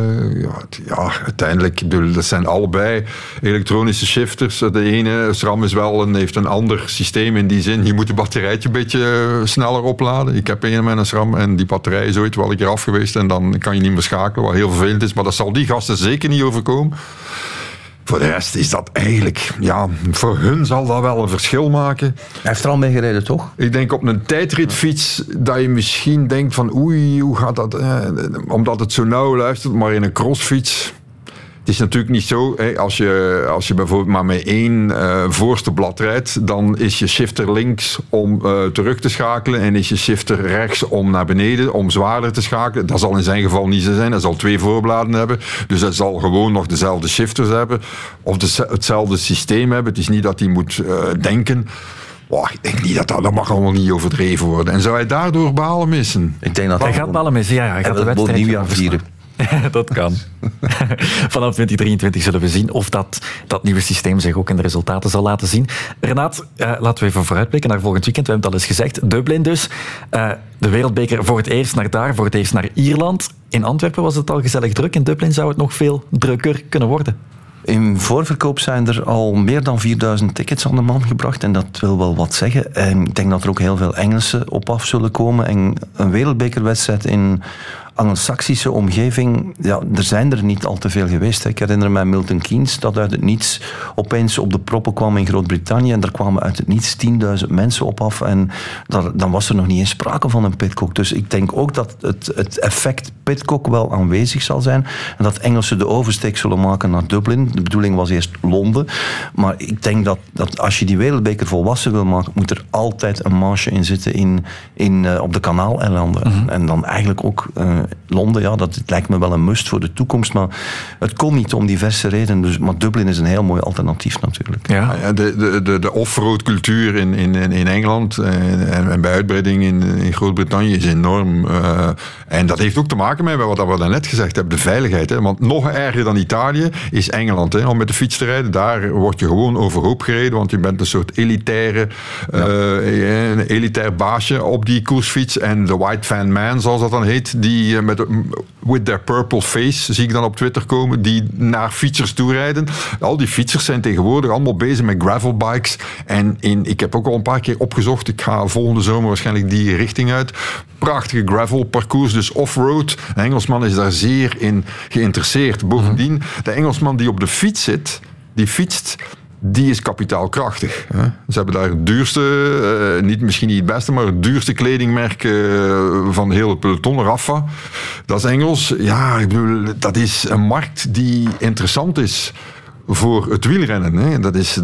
uiteindelijk, ik bedoel, dat zijn allebei elektronische shifters. De ene, SRAM heeft een ander systeem in die zin. Je moet het batterijtje een beetje sneller opladen. Ik heb een met een SRAM en die batterij is ooit wel een keer af geweest en dan kan je niet meer schakelen, wat heel vervelend is. Maar dat zal die gasten zeker niet overkomen. Voor de rest is dat eigenlijk... Ja, voor hun zal dat wel een verschil maken. Hij heeft er al mee gereden, toch? Ik denk op een tijdritfiets dat je misschien denkt van oei, hoe gaat dat? Omdat het zo nauw luistert, maar in een crossfiets... Het is natuurlijk niet zo, als je bijvoorbeeld maar met 1 voorste blad rijdt, dan is je shifter links om terug te schakelen en is je shifter rechts om naar beneden, om zwaarder te schakelen. Dat zal in zijn geval niet zo zijn. Hij zal 2 voorbladen hebben, dus hij zal gewoon nog dezelfde shifters hebben of hetzelfde systeem hebben. Het is niet dat hij moet denken... ik denk niet dat mag allemaal niet overdreven worden. En zou hij daardoor Balen missen? Ik denk dat hij gaat Balen missen, ja. Hij gaat de wedstrijd nieuwjaar vieren. Dat kan. Vanaf 2023 zullen we zien of dat nieuwe systeem zich ook in de resultaten zal laten zien. Renaat, laten we even vooruitblikken naar volgend weekend. We hebben het al eens gezegd. Dublin dus. De wereldbeker voor het eerst naar daar, voor het eerst naar Ierland. In Antwerpen was het al gezellig druk. In Dublin zou het nog veel drukker kunnen worden. In voorverkoop zijn er al meer dan 4000 tickets aan de man gebracht. En dat wil wel wat zeggen. En ik denk dat er ook heel veel Engelsen op af zullen komen. En een wereldbekerwedstrijd in Anglo-Saxische omgeving, er zijn er niet al te veel geweest. Ik herinner mij Milton Keynes, dat uit het niets opeens op de proppen kwam in Groot-Brittannië. En daar kwamen uit het niets 10.000 mensen op af. En dan was er nog niet eens sprake van een Pidcock. Dus ik denk ook dat het effect Pidcock wel aanwezig zal zijn. En dat Engelsen de oversteek zullen maken naar Dublin. De bedoeling was eerst Londen. Maar ik denk dat als je die wereldbeker volwassen wil maken, moet er altijd een manche in zitten op de Kanaaleilanden. En dan eigenlijk ook Londen, ja, dat lijkt me wel een must voor de toekomst, maar het kon niet om diverse redenen. Dus, maar Dublin is een heel mooi alternatief natuurlijk. Ja. De off-road cultuur in Engeland en bij uitbreiding in Groot-Brittannië is enorm. En dat heeft ook te maken met wat we daarnet gezegd hebben, de veiligheid. Hè? Want nog erger dan Italië is Engeland. Hè? Om met de fiets te rijden, daar word je gewoon overhoop gereden, want je bent een soort elitair baasje op die koersfiets. En de White Van Man, zoals dat dan heet, die with their purple face, zie ik dan op Twitter komen, die naar fietsers toe rijden. Al die fietsers zijn tegenwoordig allemaal bezig met gravelbikes. En ik heb ook al een paar keer opgezocht, ik ga volgende zomer waarschijnlijk die richting uit. Prachtige gravelparcours, dus off-road. De Engelsman is daar zeer in geïnteresseerd. Bovendien, de Engelsman die op de fiets zit, die fietst, die is kapitaalkrachtig. Hè. Ze hebben daar het duurste, misschien niet het beste, maar het duurste kledingmerk van de hele peloton, Rafa. Dat is Engels. Ja, ik bedoel, dat is een markt die interessant is voor het wielrennen. Hè. Dat is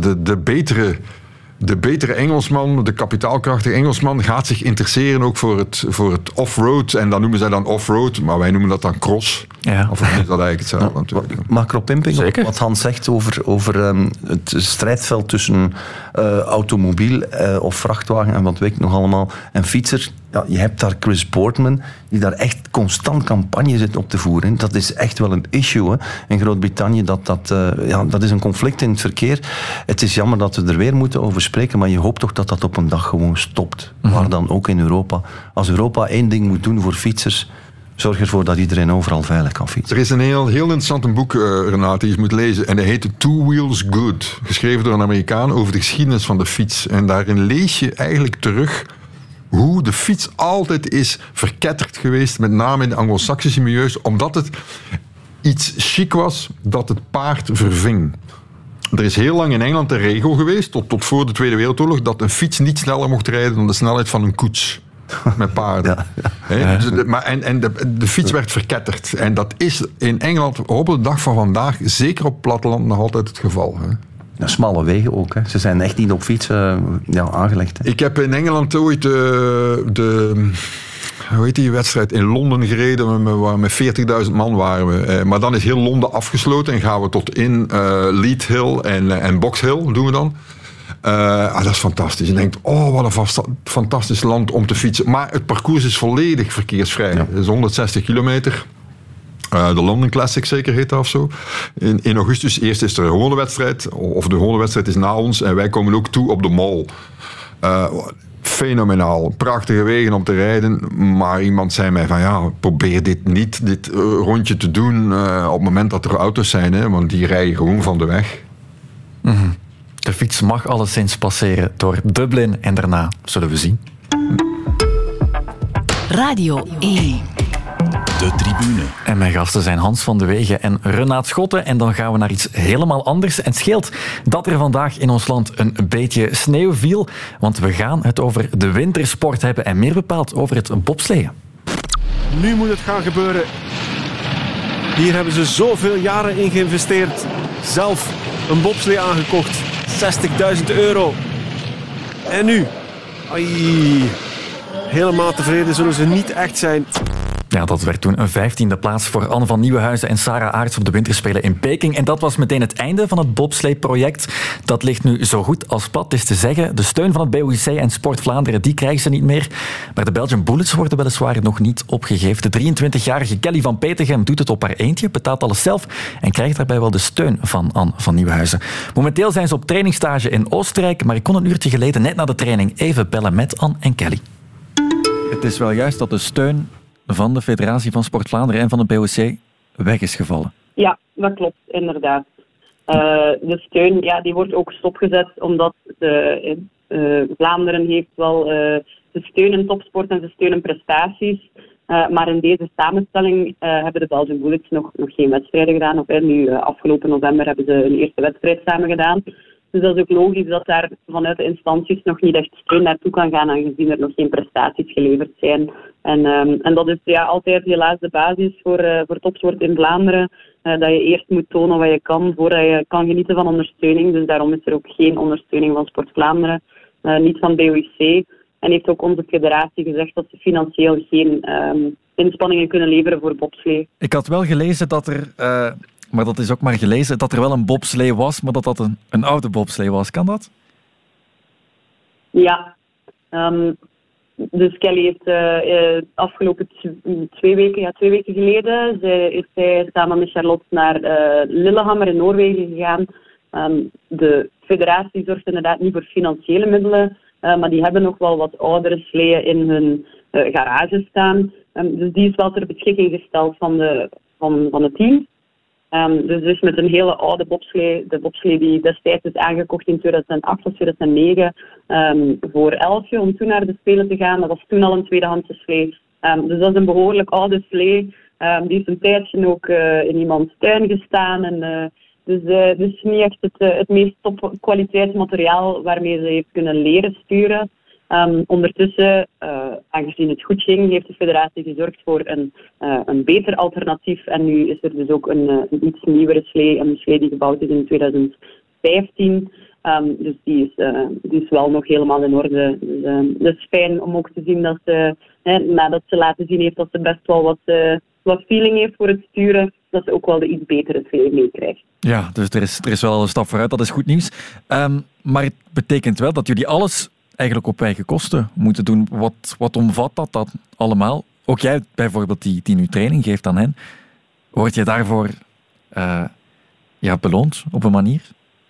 de betere Engelsman, de kapitaalkrachtige Engelsman, gaat zich interesseren ook voor het off-road. En dat noemen zij dan off-road, maar wij noemen dat dan cross. Ja. Of is dat eigenlijk hetzelfde natuurlijk. Mag ik erop inpikken? Wat Hans zegt over het strijdveld tussen automobiel of vrachtwagen en wat weet ik nog allemaal, en fietser. Ja, je hebt daar Chris Boardman, die daar echt constant campagne zit op te voeren. Dat is echt wel een issue, hè. In Groot-Brittannië. Dat is een conflict in het verkeer. Het is jammer dat we er weer moeten over spreken, maar je hoopt toch dat dat op een dag gewoon stopt. Maar dan ook in Europa. Als Europa één ding moet doen voor fietsers, zorg ervoor dat iedereen overal veilig kan fietsen. Er is een heel interessant boek, Renate, die je moet lezen. En dat heet Two Wheels Good. Geschreven door een Amerikaan over de geschiedenis van de fiets. En daarin lees je eigenlijk terug hoe de fiets altijd is verketterd geweest, met name in de Anglo-Saxische milieus, omdat het iets chic was dat het paard verving. Er is heel lang in Engeland de regel geweest, tot voor de Tweede Wereldoorlog, dat een fiets niet sneller mocht rijden dan de snelheid van een koets. Met paarden. Ja. De fiets werd verketterd. En dat is in Engeland op de dag van vandaag, zeker op het platteland, nog altijd het geval. Hè. Ja, smalle wegen ook. Hè. Ze zijn echt niet op fietsen aangelegd. Hè. Ik heb in Engeland ooit hoe heet die wedstrijd in Londen gereden, waar met 40.000 man waren we. Maar dan is heel Londen afgesloten en gaan we tot in Leith Hill en Box Hill doen we dan. Dat is fantastisch. Je denkt, wat een fantastisch land om te fietsen. Maar het parcours is volledig verkeersvrij. Het is 160 kilometer. De London Classic zeker heet dat of zo. In augustus, eerst is er een gewone wedstrijd. Of de gewone wedstrijd is na ons. En wij komen ook toe op de Mall. Fenomenaal. Prachtige wegen om te rijden. Maar iemand zei mij van probeer dit rondje te doen op het moment dat er auto's zijn. Hè, want die rijden gewoon van de weg. Mm-hmm. De fiets mag alleszins passeren door Dublin en daarna zullen we zien. Radio 1. De Tribune. En mijn gasten zijn Hans van de Wegen en Renaat Schotten. En dan gaan we naar iets helemaal anders. En het scheelt dat er vandaag in ons land een beetje sneeuw viel. Want we gaan het over de wintersport hebben en meer bepaald over het bobsleeën. Nu moet het gaan gebeuren. Hier hebben ze zoveel jaren in geïnvesteerd. Zelf een bobslee aangekocht. €60.000. En nu? Helemaal tevreden zullen ze niet echt zijn. Ja, dat werd toen een 15e plaats voor Anne van Nieuwenhuizen en Sarah Aerts op de winterspelen in Peking. En dat was meteen het einde van het bobsleeproject. Dat ligt nu zo goed als plat. Is te zeggen, de steun van het BOIC en Sport Vlaanderen, die krijgen ze niet meer. Maar de Belgian Bullets worden weliswaar nog niet opgegeven. De 23-jarige Kelly van Petegem doet het op haar eentje, betaalt alles zelf en krijgt daarbij wel de steun van Anne van Nieuwenhuizen. Momenteel zijn ze op trainingsstage in Oostenrijk, maar ik kon een uurtje geleden, net na de training, even bellen met Anne en Kelly. Het is wel juist dat de steun van de Federatie van Sport Vlaanderen en van het BOC weg is gevallen. Ja, dat klopt, inderdaad. De steun die wordt ook stopgezet omdat Vlaanderen heeft wel ze steunen topsport en ze steunen prestaties. Maar in deze samenstelling hebben de Belgian Bullets nog geen wedstrijden gedaan. Of nu afgelopen november hebben ze een eerste wedstrijd samen gedaan. Dus dat is ook logisch dat daar vanuit de instanties nog niet echt steun naartoe kan gaan, aangezien er nog geen prestaties geleverd zijn. En dat is altijd helaas de basis voor topsport in Vlaanderen. Dat je eerst moet tonen wat je kan, voordat je kan genieten van ondersteuning. Dus daarom is er ook geen ondersteuning van Sport Vlaanderen, niet van BOIC. En heeft ook onze federatie gezegd dat ze financieel inspanningen kunnen leveren voor bobslee. Ik had wel gelezen dat er, maar dat is ook maar gelezen, dat er wel een bobslee was, maar dat een oude bobslee was. Kan dat? Ja. Dus Kelly heeft afgelopen 2 weken geleden, is zij samen met Charlotte naar Lillehammer in Noorwegen gegaan. De federatie zorgt inderdaad niet voor financiële middelen, maar die hebben nog wel wat oudere sleeën in hun garage staan. Dus die is wel ter beschikking gesteld van het team. Dus met een hele oude bobslee, de bobslee die destijds is aangekocht in 2008 of 2009 voor Elfje om toen naar de Spelen te gaan. Dat was toen al een tweedehandse slee. Dus dat is een behoorlijk oude slee. Die heeft een tijdje ook in iemands tuin gestaan. Dus niet echt het meest top kwaliteitsmateriaal waarmee ze heeft kunnen leren sturen. Ondertussen, aangezien het goed ging, heeft de federatie gezorgd voor een beter alternatief. En nu is er dus ook een iets nieuwere slee, een slee die gebouwd is in 2015. Dus die is wel nog helemaal in orde. Dus, het is fijn om ook te zien dat ze, nadat ze laten zien heeft dat ze best wel wat feeling heeft voor het sturen, dat ze ook wel de iets betere slee meekrijgt. Ja, dus er is wel al een stap vooruit, dat is goed nieuws. Maar het betekent wel dat jullie alles eigenlijk op eigen kosten moeten doen. Wat omvat dat allemaal? Ook jij bijvoorbeeld die nu training geeft aan hen. Word je daarvoor beloond op een manier?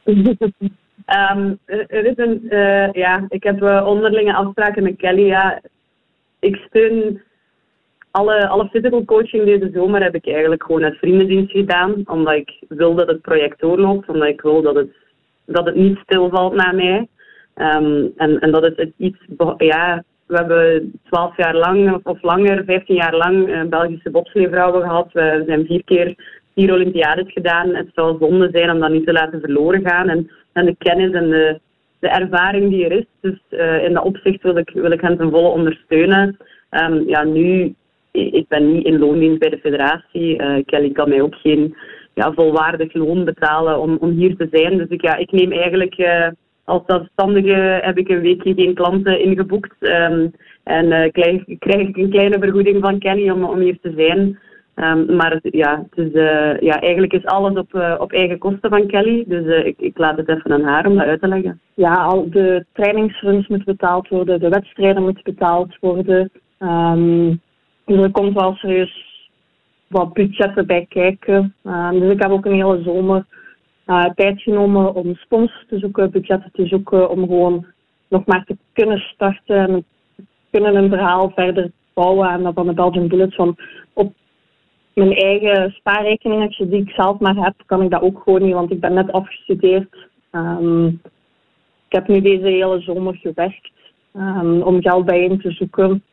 Er is ik heb onderlinge afspraken met Kelly. Ja. Ik steun alle physical coaching deze zomer heb ik eigenlijk gewoon uit vriendendienst gedaan. Omdat ik wil dat het project doorloopt. Omdat ik wil dat het niet stilvalt na mij. En dat het iets... Ja, we hebben 12 jaar lang of langer, 15 jaar lang Belgische bobsleevrouwen gehad. We zijn 4 keer 4 Olympiades gedaan. Het zou zonde zijn om dat niet te laten verloren gaan. En de kennis en de ervaring die er is. Dus in dat opzicht wil ik hen ten volle ondersteunen. Nu... Ik ben niet in loondienst bij de federatie. Kelly kan mij ook geen volwaardig loon betalen om hier te zijn. Dus ik neem eigenlijk... Als zelfstandige heb ik een weekje geen klanten ingeboekt. En krijg ik een kleine vergoeding van Kelly om hier te zijn. Maar eigenlijk is alles op eigen kosten van Kelly. Dus ik laat het even aan haar om dat uit te leggen. Ja, al de trainingsruns moeten betaald worden. De wedstrijden moeten betaald worden. Dus er komt wel serieus wat budgetten bij kijken. Dus ik heb ook een hele zomer tijd genomen om sponsors te zoeken, budgetten te zoeken, om gewoon nog maar te kunnen starten en kunnen een verhaal verder bouwen. En dat van de Belgian Bullets, van op mijn eigen spaarrekeningetje die ik zelf maar heb, kan ik dat ook gewoon niet, want ik ben net afgestudeerd. Ik heb nu deze hele zomer gewerkt om geld bijeen te zoeken.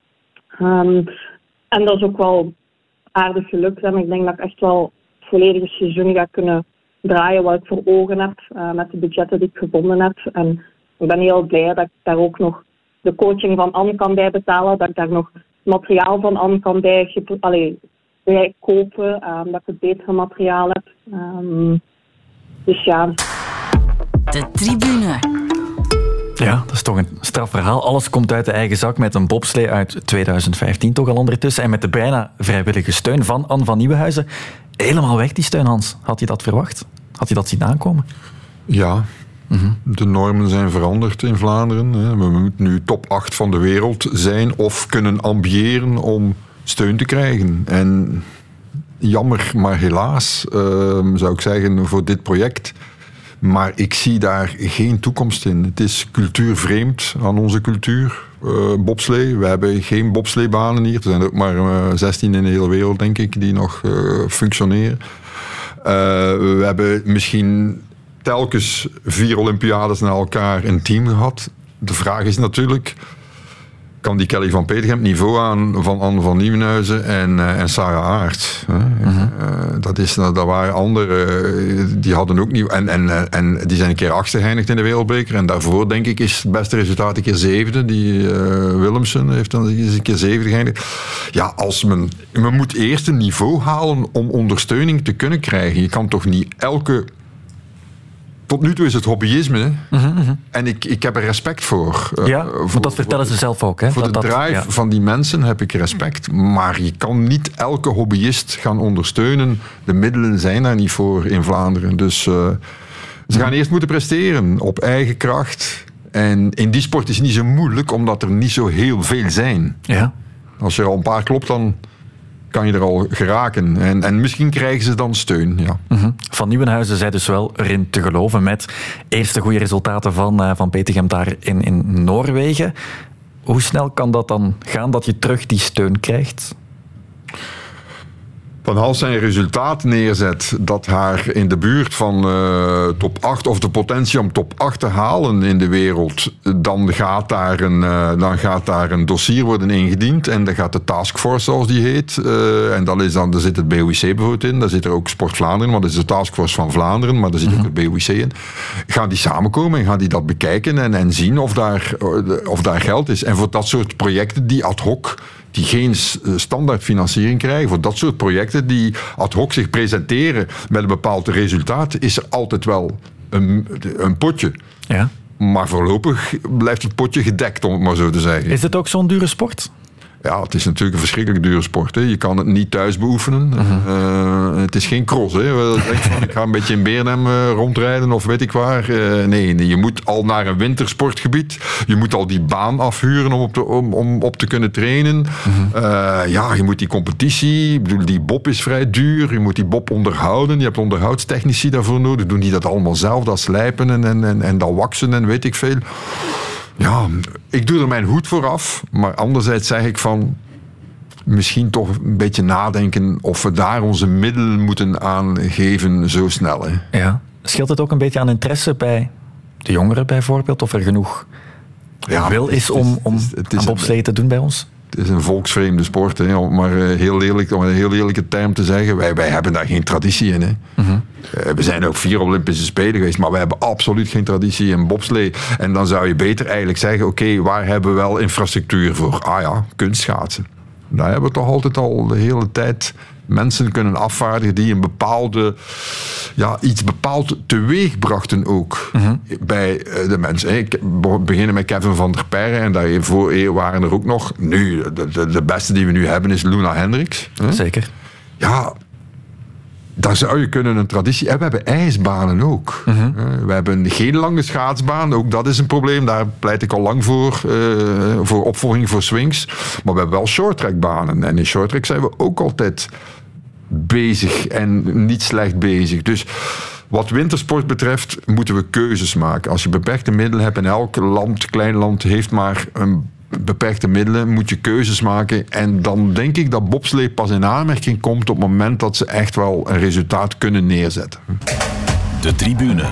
En dat is ook wel aardig gelukt. En ik denk dat ik echt wel het volledige seizoen ga kunnen draaien wat ik voor ogen heb met de budgetten die ik gevonden heb. En ik ben heel blij dat ik daar ook nog de coaching van Anne kan bij betalen, dat ik daar nog materiaal van Anne kan bij kopen, dat ik het betere materiaal heb. Dus ja. De tribune. Ja, dat is toch een straf verhaal. Alles komt uit de eigen zak met een bobslee uit 2015, toch al ondertussen. En met de bijna vrijwillige steun van Anne van Nieuwenhuizen. Helemaal weg, die steun, Hans. Had je dat verwacht? Had je dat zien aankomen? Ja. De normen zijn veranderd in Vlaanderen. We moeten nu top 8 van de wereld zijn of kunnen ambiëren om steun te krijgen. En jammer, maar helaas, zou ik zeggen, voor dit project. Maar ik zie daar geen toekomst in. Het is cultuurvreemd aan onze cultuur. Bobslee. We hebben geen bobsleebanen hier. Er zijn er ook maar 16 in de hele wereld, denk ik, die nog functioneren. We hebben misschien telkens 4 Olympiades na elkaar een team gehad. De vraag is natuurlijk, kan die Kelly van Petegem het niveau aan van Anne van Nieuwenhuizen en Sarah Aert? Dat waren anderen, die hadden ook niet... En die zijn een keer 8e geëindigd in de wereldbeker. En daarvoor, denk ik, is het beste resultaat een keer 7e. Die Willemsen heeft dan eens een keer 7e geëindigd. Ja, men moet eerst een niveau halen om ondersteuning te kunnen krijgen. Je kan toch niet elke tot nu toe is het hobbyisme. En ik heb er respect voor. Want dat vertellen ze zelf ook. Hè? Voor de drive van die mensen heb ik respect. Maar je kan niet elke hobbyist gaan ondersteunen. De middelen zijn daar niet voor in Vlaanderen. Dus ze gaan eerst moeten presteren op eigen kracht. En in die sport is het niet zo moeilijk, omdat er niet zo heel veel zijn. Ja. Als je er al een paar klopt, dan kan je er al geraken. En misschien krijgen ze dan steun. Ja. Van Nieuwenhuizen zei dus wel erin te geloven met eerste goede resultaten van Petegem daar in Noorwegen. Hoe snel kan dat dan gaan dat je terug die steun krijgt? Van als hij een resultaat neerzet dat haar in de buurt van top 8 of de potentie om top 8 te halen in de wereld, dan gaat daar een dossier worden ingediend en dan gaat de taskforce, zoals die heet, en daar zit het BOIC bijvoorbeeld in, daar zit er ook Sport Vlaanderen, want dat is de taskforce van Vlaanderen, maar daar zit ook het BOIC in. Gaan die samenkomen en gaan die dat bekijken en zien of daar geld is. En voor dat soort projecten die ad hoc, die geen standaard financiering krijgen, voor dat soort projecten die ad hoc zich presenteren met een bepaald resultaat, is er altijd wel een potje. Ja. Maar voorlopig blijft het potje gedekt, om het maar zo te zeggen. Is het ook zo'n dure sport? Ja, het is natuurlijk een verschrikkelijk dure sport. Hè. Je kan het niet thuis beoefenen. Het is geen cross. Hè. Ik ga een beetje in Beernem rondrijden of weet ik waar. Nee, je moet al naar een wintersportgebied. Je moet al die baan afhuren om op te kunnen trainen. Je moet die competitie. Ik bedoel, die bob is vrij duur. Je moet die bob onderhouden. Je hebt onderhoudstechnici daarvoor nodig. Doen die dat allemaal zelf? Dat slijpen en dat waksen en weet ik veel. Ja, ik doe er mijn hoed voor af, maar anderzijds zeg ik van misschien toch een beetje nadenken of we daar onze middelen moeten aangeven zo snel. Hè. Ja. Scheelt het ook een beetje aan interesse bij de jongeren bijvoorbeeld? Of er genoeg wil is om aan bobslee te doen bij ons? Het is een volksvreemde sport, hè, om maar heel eerlijke term te zeggen. Wij hebben daar geen traditie in. Hè. We zijn ook 4 Olympische Spelen geweest, maar wij hebben absoluut geen traditie in bobslee. En dan zou je beter eigenlijk zeggen, oké, waar hebben we wel infrastructuur voor? Ah ja, kunstschaatsen. Daar hebben we toch altijd al de hele tijd mensen kunnen afvaardigen die een bepaalde, iets bepaald teweeg brachten ook bij de mensen. Ik beginnen met Kevin van der Perre en daarvoor waren er ook nog. Nu, de beste die we nu hebben is Luna Hendricks. Zeker. Ja, daar zou je kunnen een traditie. En we hebben ijsbanen ook. We hebben geen lange schaatsbaan. Ook dat is een probleem. Daar pleit ik al lang voor opvolging voor swings. Maar we hebben wel shorttrackbanen. En in shorttrack zijn we ook altijd bezig en niet slecht bezig. Dus wat wintersport betreft moeten we keuzes maken. Als je beperkte middelen hebt en elk land, klein land, heeft maar een beperkte middelen, moet je keuzes maken. En dan denk ik dat bobslee pas in aanmerking komt op het moment dat ze echt wel een resultaat kunnen neerzetten. De tribune.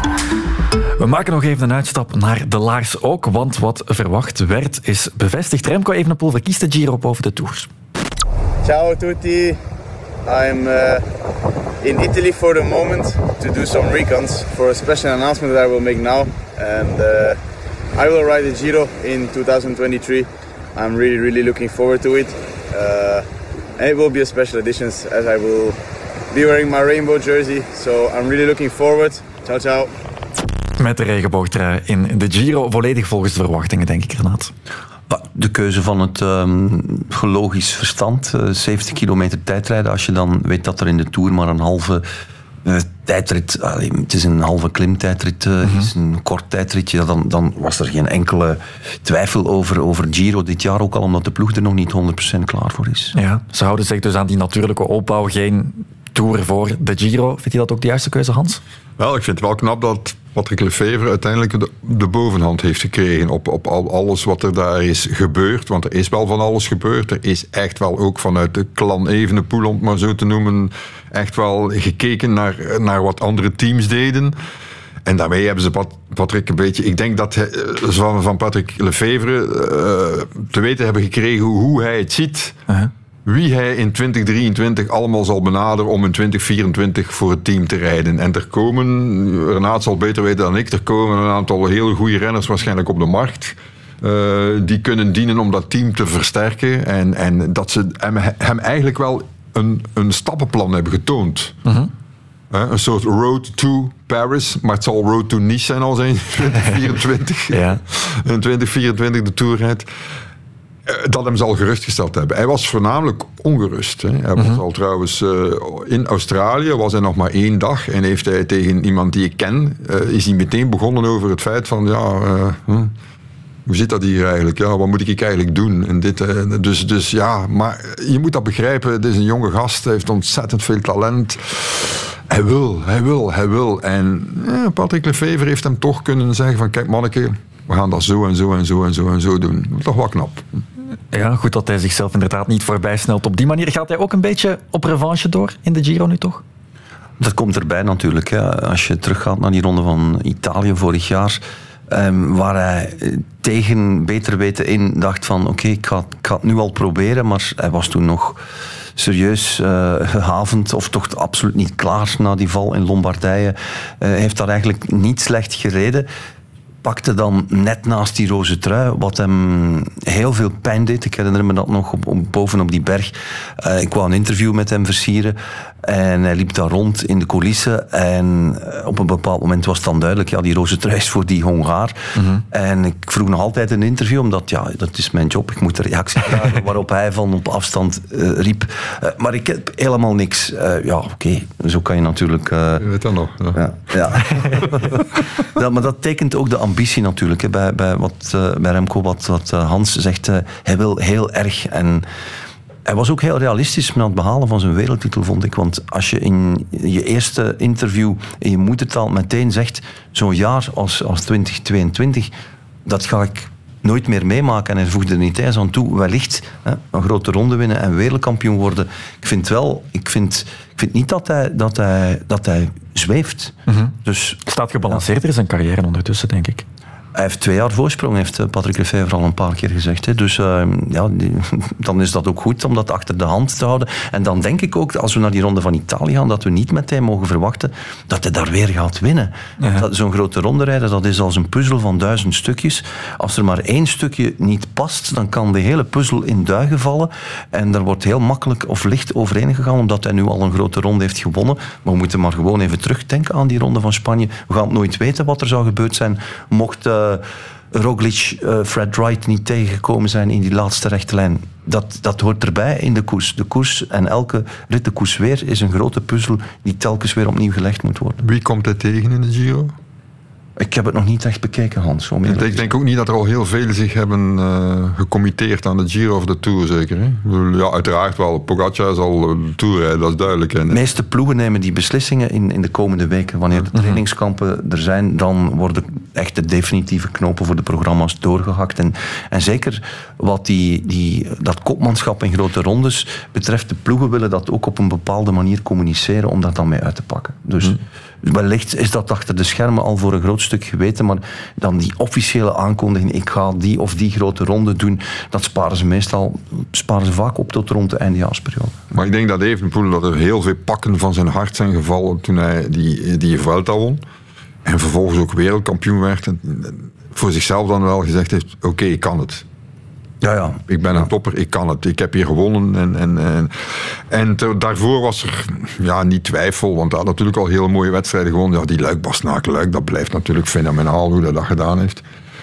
We maken nog even een uitstap naar de laars ook, want wat verwacht werd is bevestigd. Remco Evenepoel verkiest de Giro boven de Tour. Ciao a tutti. I'm in Italy for the moment to do some recons for a special announcement that I will make now. And I will ride the Giro in 2023. I'm really looking forward to it. And it will be a special edition as I will be wearing my rainbow jersey. So I'm really looking forward. Ciao, ciao. Met de regenboogtrui in de Giro, volledig volgens de verwachtingen, denk ik, Renaat. De keuze van het logisch verstand. 70 kilometer tijdrijden. Als je dan weet dat er in de Tour maar een halve tijdrit... het is een halve klimtijdrit, het is een kort tijdritje. Dan was er geen enkele twijfel over Giro dit jaar. Ook al omdat de ploeg er nog niet 100% klaar voor is. Ja, ze houden zich dus aan die natuurlijke opbouw. Geen Tour voor de Giro. Vindt je dat ook de juiste keuze, Hans? Wel, ik vind het wel knap dat Patrick Lefevere uiteindelijk de bovenhand heeft gekregen op alles wat er daar is gebeurd. Want er is wel van alles gebeurd. Er is echt wel ook vanuit de clan Evenepoel, om het maar zo te noemen, echt wel gekeken naar wat andere teams deden. En daarmee hebben ze Patrick een beetje... Ik denk dat van Patrick Lefevere te weten hebben gekregen hoe hij het ziet. Wie hij in 2023 allemaal zal benaderen om in 2024 voor het team te rijden. En er komen, Renaat zal beter weten dan ik, er komen een aantal hele goede renners waarschijnlijk op de markt. Die kunnen dienen om dat team te versterken. En dat ze hem eigenlijk wel een stappenplan hebben getoond. Een soort road to Paris, maar het zal road to Nice zijn als hij in 2024, in 2024 de Tour rijdt. Dat hem zal gerustgesteld hebben. Hij was voornamelijk ongerust. Hè. Hij was al trouwens in Australië, was hij nog maar 1 dag en heeft hij tegen iemand die ik ken, is hij meteen begonnen over het feit van hoe zit dat hier eigenlijk? Ja, wat moet ik eigenlijk doen? En dit, dus ja, maar je moet dat begrijpen. Het is een jonge gast, hij heeft ontzettend veel talent. Hij wil. En Patrick Lefevere heeft hem toch kunnen zeggen van kijk manneke, we gaan dat zo en zo en zo en zo en zo doen. Toch wel knap. Ja, goed dat hij zichzelf inderdaad niet voorbij snelt. Op die manier gaat hij ook een beetje op revanche door in de Giro nu toch? Dat komt erbij natuurlijk. Ja. Als je teruggaat naar die ronde van Italië vorig jaar, waar hij tegen beter weten in dacht van oké, ik ga het nu al proberen, maar hij was toen nog serieus gehavend of toch absoluut niet klaar na die val in Lombardije. Heeft daar eigenlijk niet slecht gereden. Pakte dan net naast die roze trui, wat hem heel veel pijn deed. Ik herinner me dat nog bovenop die berg. Ik wou een interview met hem versieren en hij liep daar rond in de coulissen en op een bepaald moment was het dan duidelijk, ja, die roze trui is voor die Hongaar. En ik vroeg nog altijd een interview, omdat ja, dat is mijn job, ik moet de reactie vragen, waarop hij van op afstand riep, maar ik heb helemaal niks. Oké, zo kan je natuurlijk... Je weet dat nog. Ja. Maar dat tekent ook de ambitie natuurlijk. Hè. Bij Remco, wat Hans zegt, hij wil heel erg. En hij was ook heel realistisch met het behalen van zijn wereldtitel, vond ik. Want als je in je eerste interview in je moedertaal meteen zegt, zo'n jaar als 2022, dat ga ik nooit meer meemaken. En hij voegde er niet eens aan toe, wellicht een grote ronde winnen en wereldkampioen worden. Ik vind niet dat hij zweeft. Dus, staat gebalanceerder in zijn carrière ondertussen, denk ik. Hij heeft 2 jaar voorsprong, heeft Patrick Lefevere al een paar keer gezegd. Hè. Dus dan is dat ook goed om dat achter de hand te houden. En dan denk ik ook, als we naar die ronde van Italië gaan, dat we niet meteen mogen verwachten dat hij daar weer gaat winnen. Ja. Zo'n grote ronde rijden, dat is als een puzzel van 1000 stukjes. Als er maar 1 stukje niet past, dan kan de hele puzzel in duigen vallen. En daar wordt heel makkelijk of licht overheen gegaan, omdat hij nu al een grote ronde heeft gewonnen. Maar we moeten maar gewoon even terugdenken aan die ronde van Spanje. We gaan het nooit weten wat er zou gebeurd zijn, mocht Roglic, Fred Wright niet tegengekomen zijn in die laatste rechte lijn. Dat hoort erbij in de koers. De koers en elke rit de koers weer is een grote puzzel die telkens weer opnieuw gelegd moet worden. Wie komt hij tegen in de Giro? Ik heb het nog niet echt bekeken, Hans. Ik denk ook niet dat er al heel veel zich hebben gecommitteerd aan de Giro of de Tour, zeker. Hè? Ja, uiteraard wel. Pogacar zal de Tour rijden, dat is duidelijk. De meeste ploegen nemen die beslissingen in de komende weken. Wanneer de trainingskampen er zijn, dan worden echt de definitieve knopen voor de programma's doorgehakt. En zeker wat dat kopmanschap in grote rondes betreft, de ploegen willen dat ook op een bepaalde manier communiceren om daar dan mee uit te pakken. Dus wellicht is dat achter de schermen al voor een groot stuk geweten, maar dan die officiële aankondiging, ik ga die of die grote ronde doen, dat sparen ze vaak op tot rond de eindejaarsperiode. Maar ik denk dat Evenepoel, dat er heel veel pakken van zijn hart zijn gevallen toen hij die Vuelta won. En vervolgens ook wereldkampioen werd. En voor zichzelf dan wel gezegd heeft, oké, ik kan het. Ja. Ik ben een topper, ik kan het. Ik heb hier gewonnen. En daarvoor was er niet twijfel, want hij had natuurlijk al hele mooie wedstrijden gewonnen. Ja, die Luik-Bastenaken-Luik, dat blijft natuurlijk fenomenaal hoe hij dat gedaan heeft.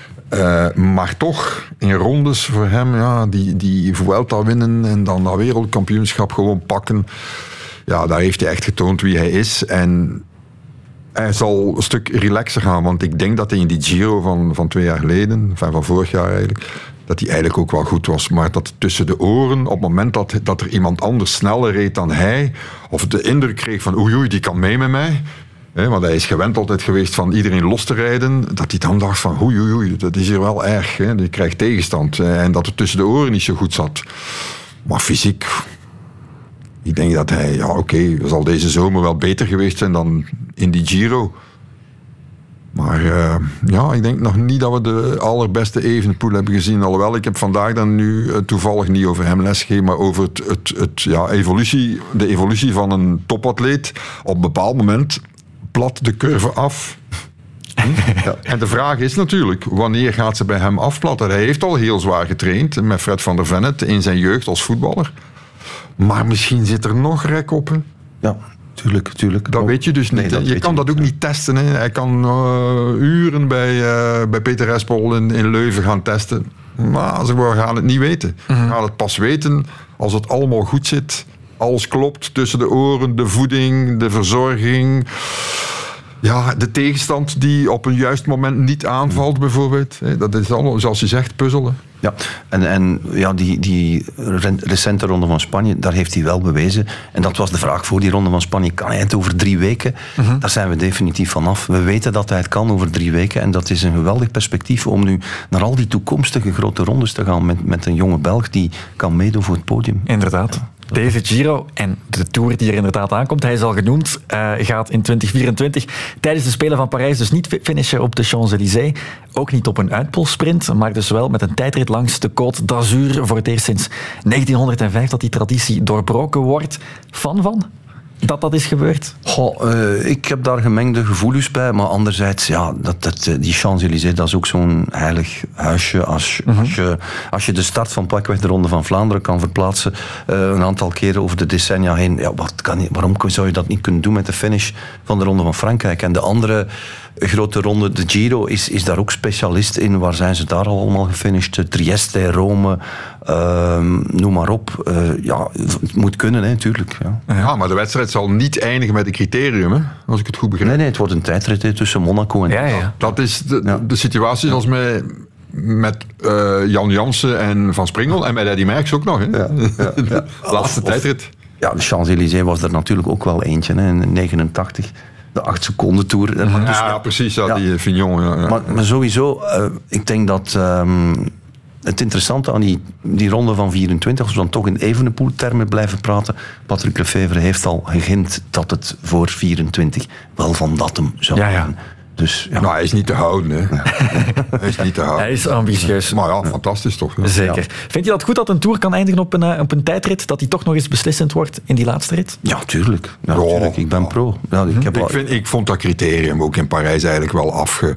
Maar toch, in rondes voor hem, die Vuelta winnen en dan dat wereldkampioenschap gewoon pakken. Ja, daar heeft hij echt getoond wie hij is. En hij zal een stuk relaxer gaan, want ik denk dat hij in die Giro van 2 jaar geleden, van vorig jaar eigenlijk, dat hij eigenlijk ook wel goed was. Maar dat tussen de oren, op het moment dat er iemand anders sneller reed dan hij, of de indruk kreeg van oei, die kan mee met mij. Want hij is gewend altijd geweest van iedereen los te rijden. Dat hij dan dacht van oei, dat is hier wel erg. Die krijgt tegenstand. En dat het tussen de oren niet zo goed zat. Maar fysiek, ik denk dat hij, zal deze zomer wel beter geweest zijn dan in die Giro. Maar ik denk nog niet dat we de allerbeste Evenepoel hebben gezien. Alhoewel, ik heb vandaag dan nu toevallig niet over hem lesgegeven, maar over de evolutie van een topatleet. Op een bepaald moment plat de curve af. Ja. En de vraag is natuurlijk, wanneer gaat ze bij hem afplatten? Hij heeft al heel zwaar getraind met Fred van der Vennet in zijn jeugd als voetballer. Maar misschien zit er nog rek op. Hè? Ja. Tuurlijk. Dat weet je dus niet. Nee, je kan dat ook niet testen. Hè. Hij kan uren bij Peter Espel in Leuven gaan testen. Maar we gaan het niet weten. We gaan het pas weten als het allemaal goed zit. Alles klopt tussen de oren, de voeding, de verzorging. Ja, de tegenstand die op een juist moment niet aanvalt bijvoorbeeld. Dat is allemaal, zoals je zegt, puzzelen. Ja, en die recente ronde van Spanje, daar heeft hij wel bewezen. En dat was de vraag voor die ronde van Spanje. Kan hij het over 3 weken? Daar zijn we definitief vanaf. We weten dat hij het kan over 3 weken. En dat is een geweldig perspectief om nu naar al die toekomstige grote rondes te gaan met een jonge Belg die kan meedoen voor het podium. Inderdaad. Deze Giro en de Tour die er inderdaad aankomt, hij is al genoemd, gaat in 2024 tijdens de Spelen van Parijs dus niet finishen op de Champs-Élysées. Ook niet op een uitpolsprint, maar dus wel met een tijdrit langs de Côte d'Azur. Voor het eerst sinds 1905 dat die traditie doorbroken wordt. Fan van? Dat is gebeurd? Ik heb daar gemengde gevoelens bij, maar anderzijds, ja, die Champs-Élysées, dat is ook zo'n heilig huisje. Als je de start van pakweg de Ronde van Vlaanderen kan verplaatsen, een aantal keren over de decennia heen, ja, waarom zou je dat niet kunnen doen met de finish van de Ronde van Frankrijk? En de andere grote ronde, de Giro, is daar ook specialist in. Waar zijn ze daar al allemaal gefinished? Trieste, Rome, noem maar op. Ja, het moet kunnen, natuurlijk. Ja, maar de wedstrijd zal niet eindigen met een criterium, hè? Als ik het goed begrijp. Nee, het wordt een tijdrit tussen Monaco en... Ja. Dat is de situatie zoals met Jan Jansen en Van Springel en met Eddy Merckx ook nog. Hè? De laatste tijdrit. Ja, de Champs-Élysées was er natuurlijk ook wel eentje, hè, in 89. De 8 seconden tour. Ja, precies, die Fignon. Ja. Maar sowieso, ik denk dat het interessante aan die ronde van 24, als we dan toch in Evenepoel-termen blijven praten, Patrick Lefevere heeft al gegint dat het voor 24 wel van datum zou zijn. Dus, Nou, hij is niet te houden. Hè. Hij is niet te houden. Hij is ambitieus. Maar ja, fantastisch toch. Ja. Zeker. Ja. Vind je dat goed dat een Tour kan eindigen op een tijdrit, dat die toch nog eens beslissend wordt in die laatste rit? Ja, tuurlijk. Tuurlijk. Ik ben pro. Ja, ik vond dat criterium ook in Parijs eigenlijk wel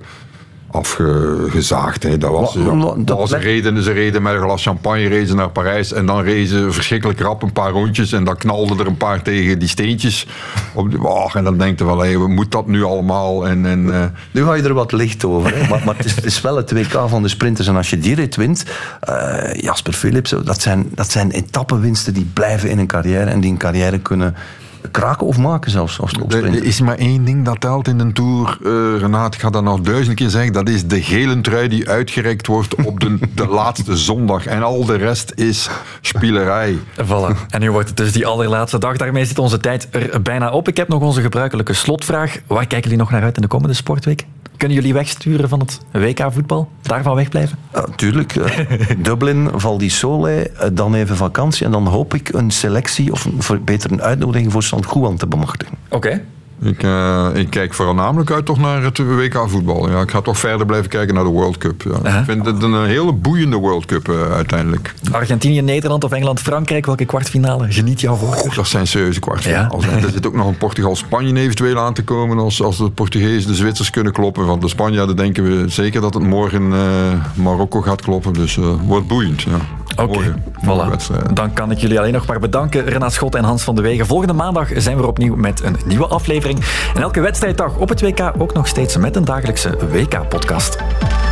afgezaagd. Hè. Dat was ze reden met een glas champagne naar Parijs en dan reden verschrikkelijk rap een paar rondjes en dan knalden er een paar tegen die steentjes. En dan denk je wel, hey, moet dat nu allemaal? Nu ga je er wat licht over. Hè. Maar het is wel het WK van de sprinters en als je die rit wint, Jasper Philips, dat zijn etappenwinsten die blijven in een carrière en die een carrière kunnen kraken of maken zelfs als topsprinter. Er is maar één ding dat telt in een Tour, Renaat, ik ga dat nog 1000 keer zeggen, dat is de gele trui die uitgereikt wordt op de laatste zondag. En al de rest is spielerij. Voilà. En nu wordt het dus die allerlaatste dag. Daarmee zit onze tijd er bijna op. Ik heb nog onze gebruikelijke slotvraag. Waar kijken jullie nog naar uit in de komende sportweek? Kunnen jullie wegsturen van het WK-voetbal? Daarvan wegblijven? Tuurlijk. Dublin, Val di Sole, dan even vakantie. En dan hoop ik een selectie, of beter een uitnodiging voor St. Juan te bemachtigen. Oké. Ik kijk voornamelijk uit toch naar het WK-voetbal. Ja, ik ga toch verder blijven kijken naar de World Cup. Ja. Ik vind het een hele boeiende World Cup uiteindelijk. Argentinië, Nederland of Engeland, Frankrijk. Welke kwartfinale geniet jou voor? Dat zijn serieuze kwartfinales. Ja. Er zit ook nog een Portugal-Spanje eventueel aan te komen als de Portugezen de Zwitsers kunnen kloppen. Van de Spanjaarden denken we zeker dat het morgen Marokko gaat kloppen. Dus wordt boeiend. Ja. Oké, voilà. Dan kan ik jullie alleen nog maar bedanken, Renaat Schot en Hans van de Wegen. Volgende maandag zijn we opnieuw met een nieuwe aflevering. En elke wedstrijddag op het WK ook nog steeds met een dagelijkse WK-podcast.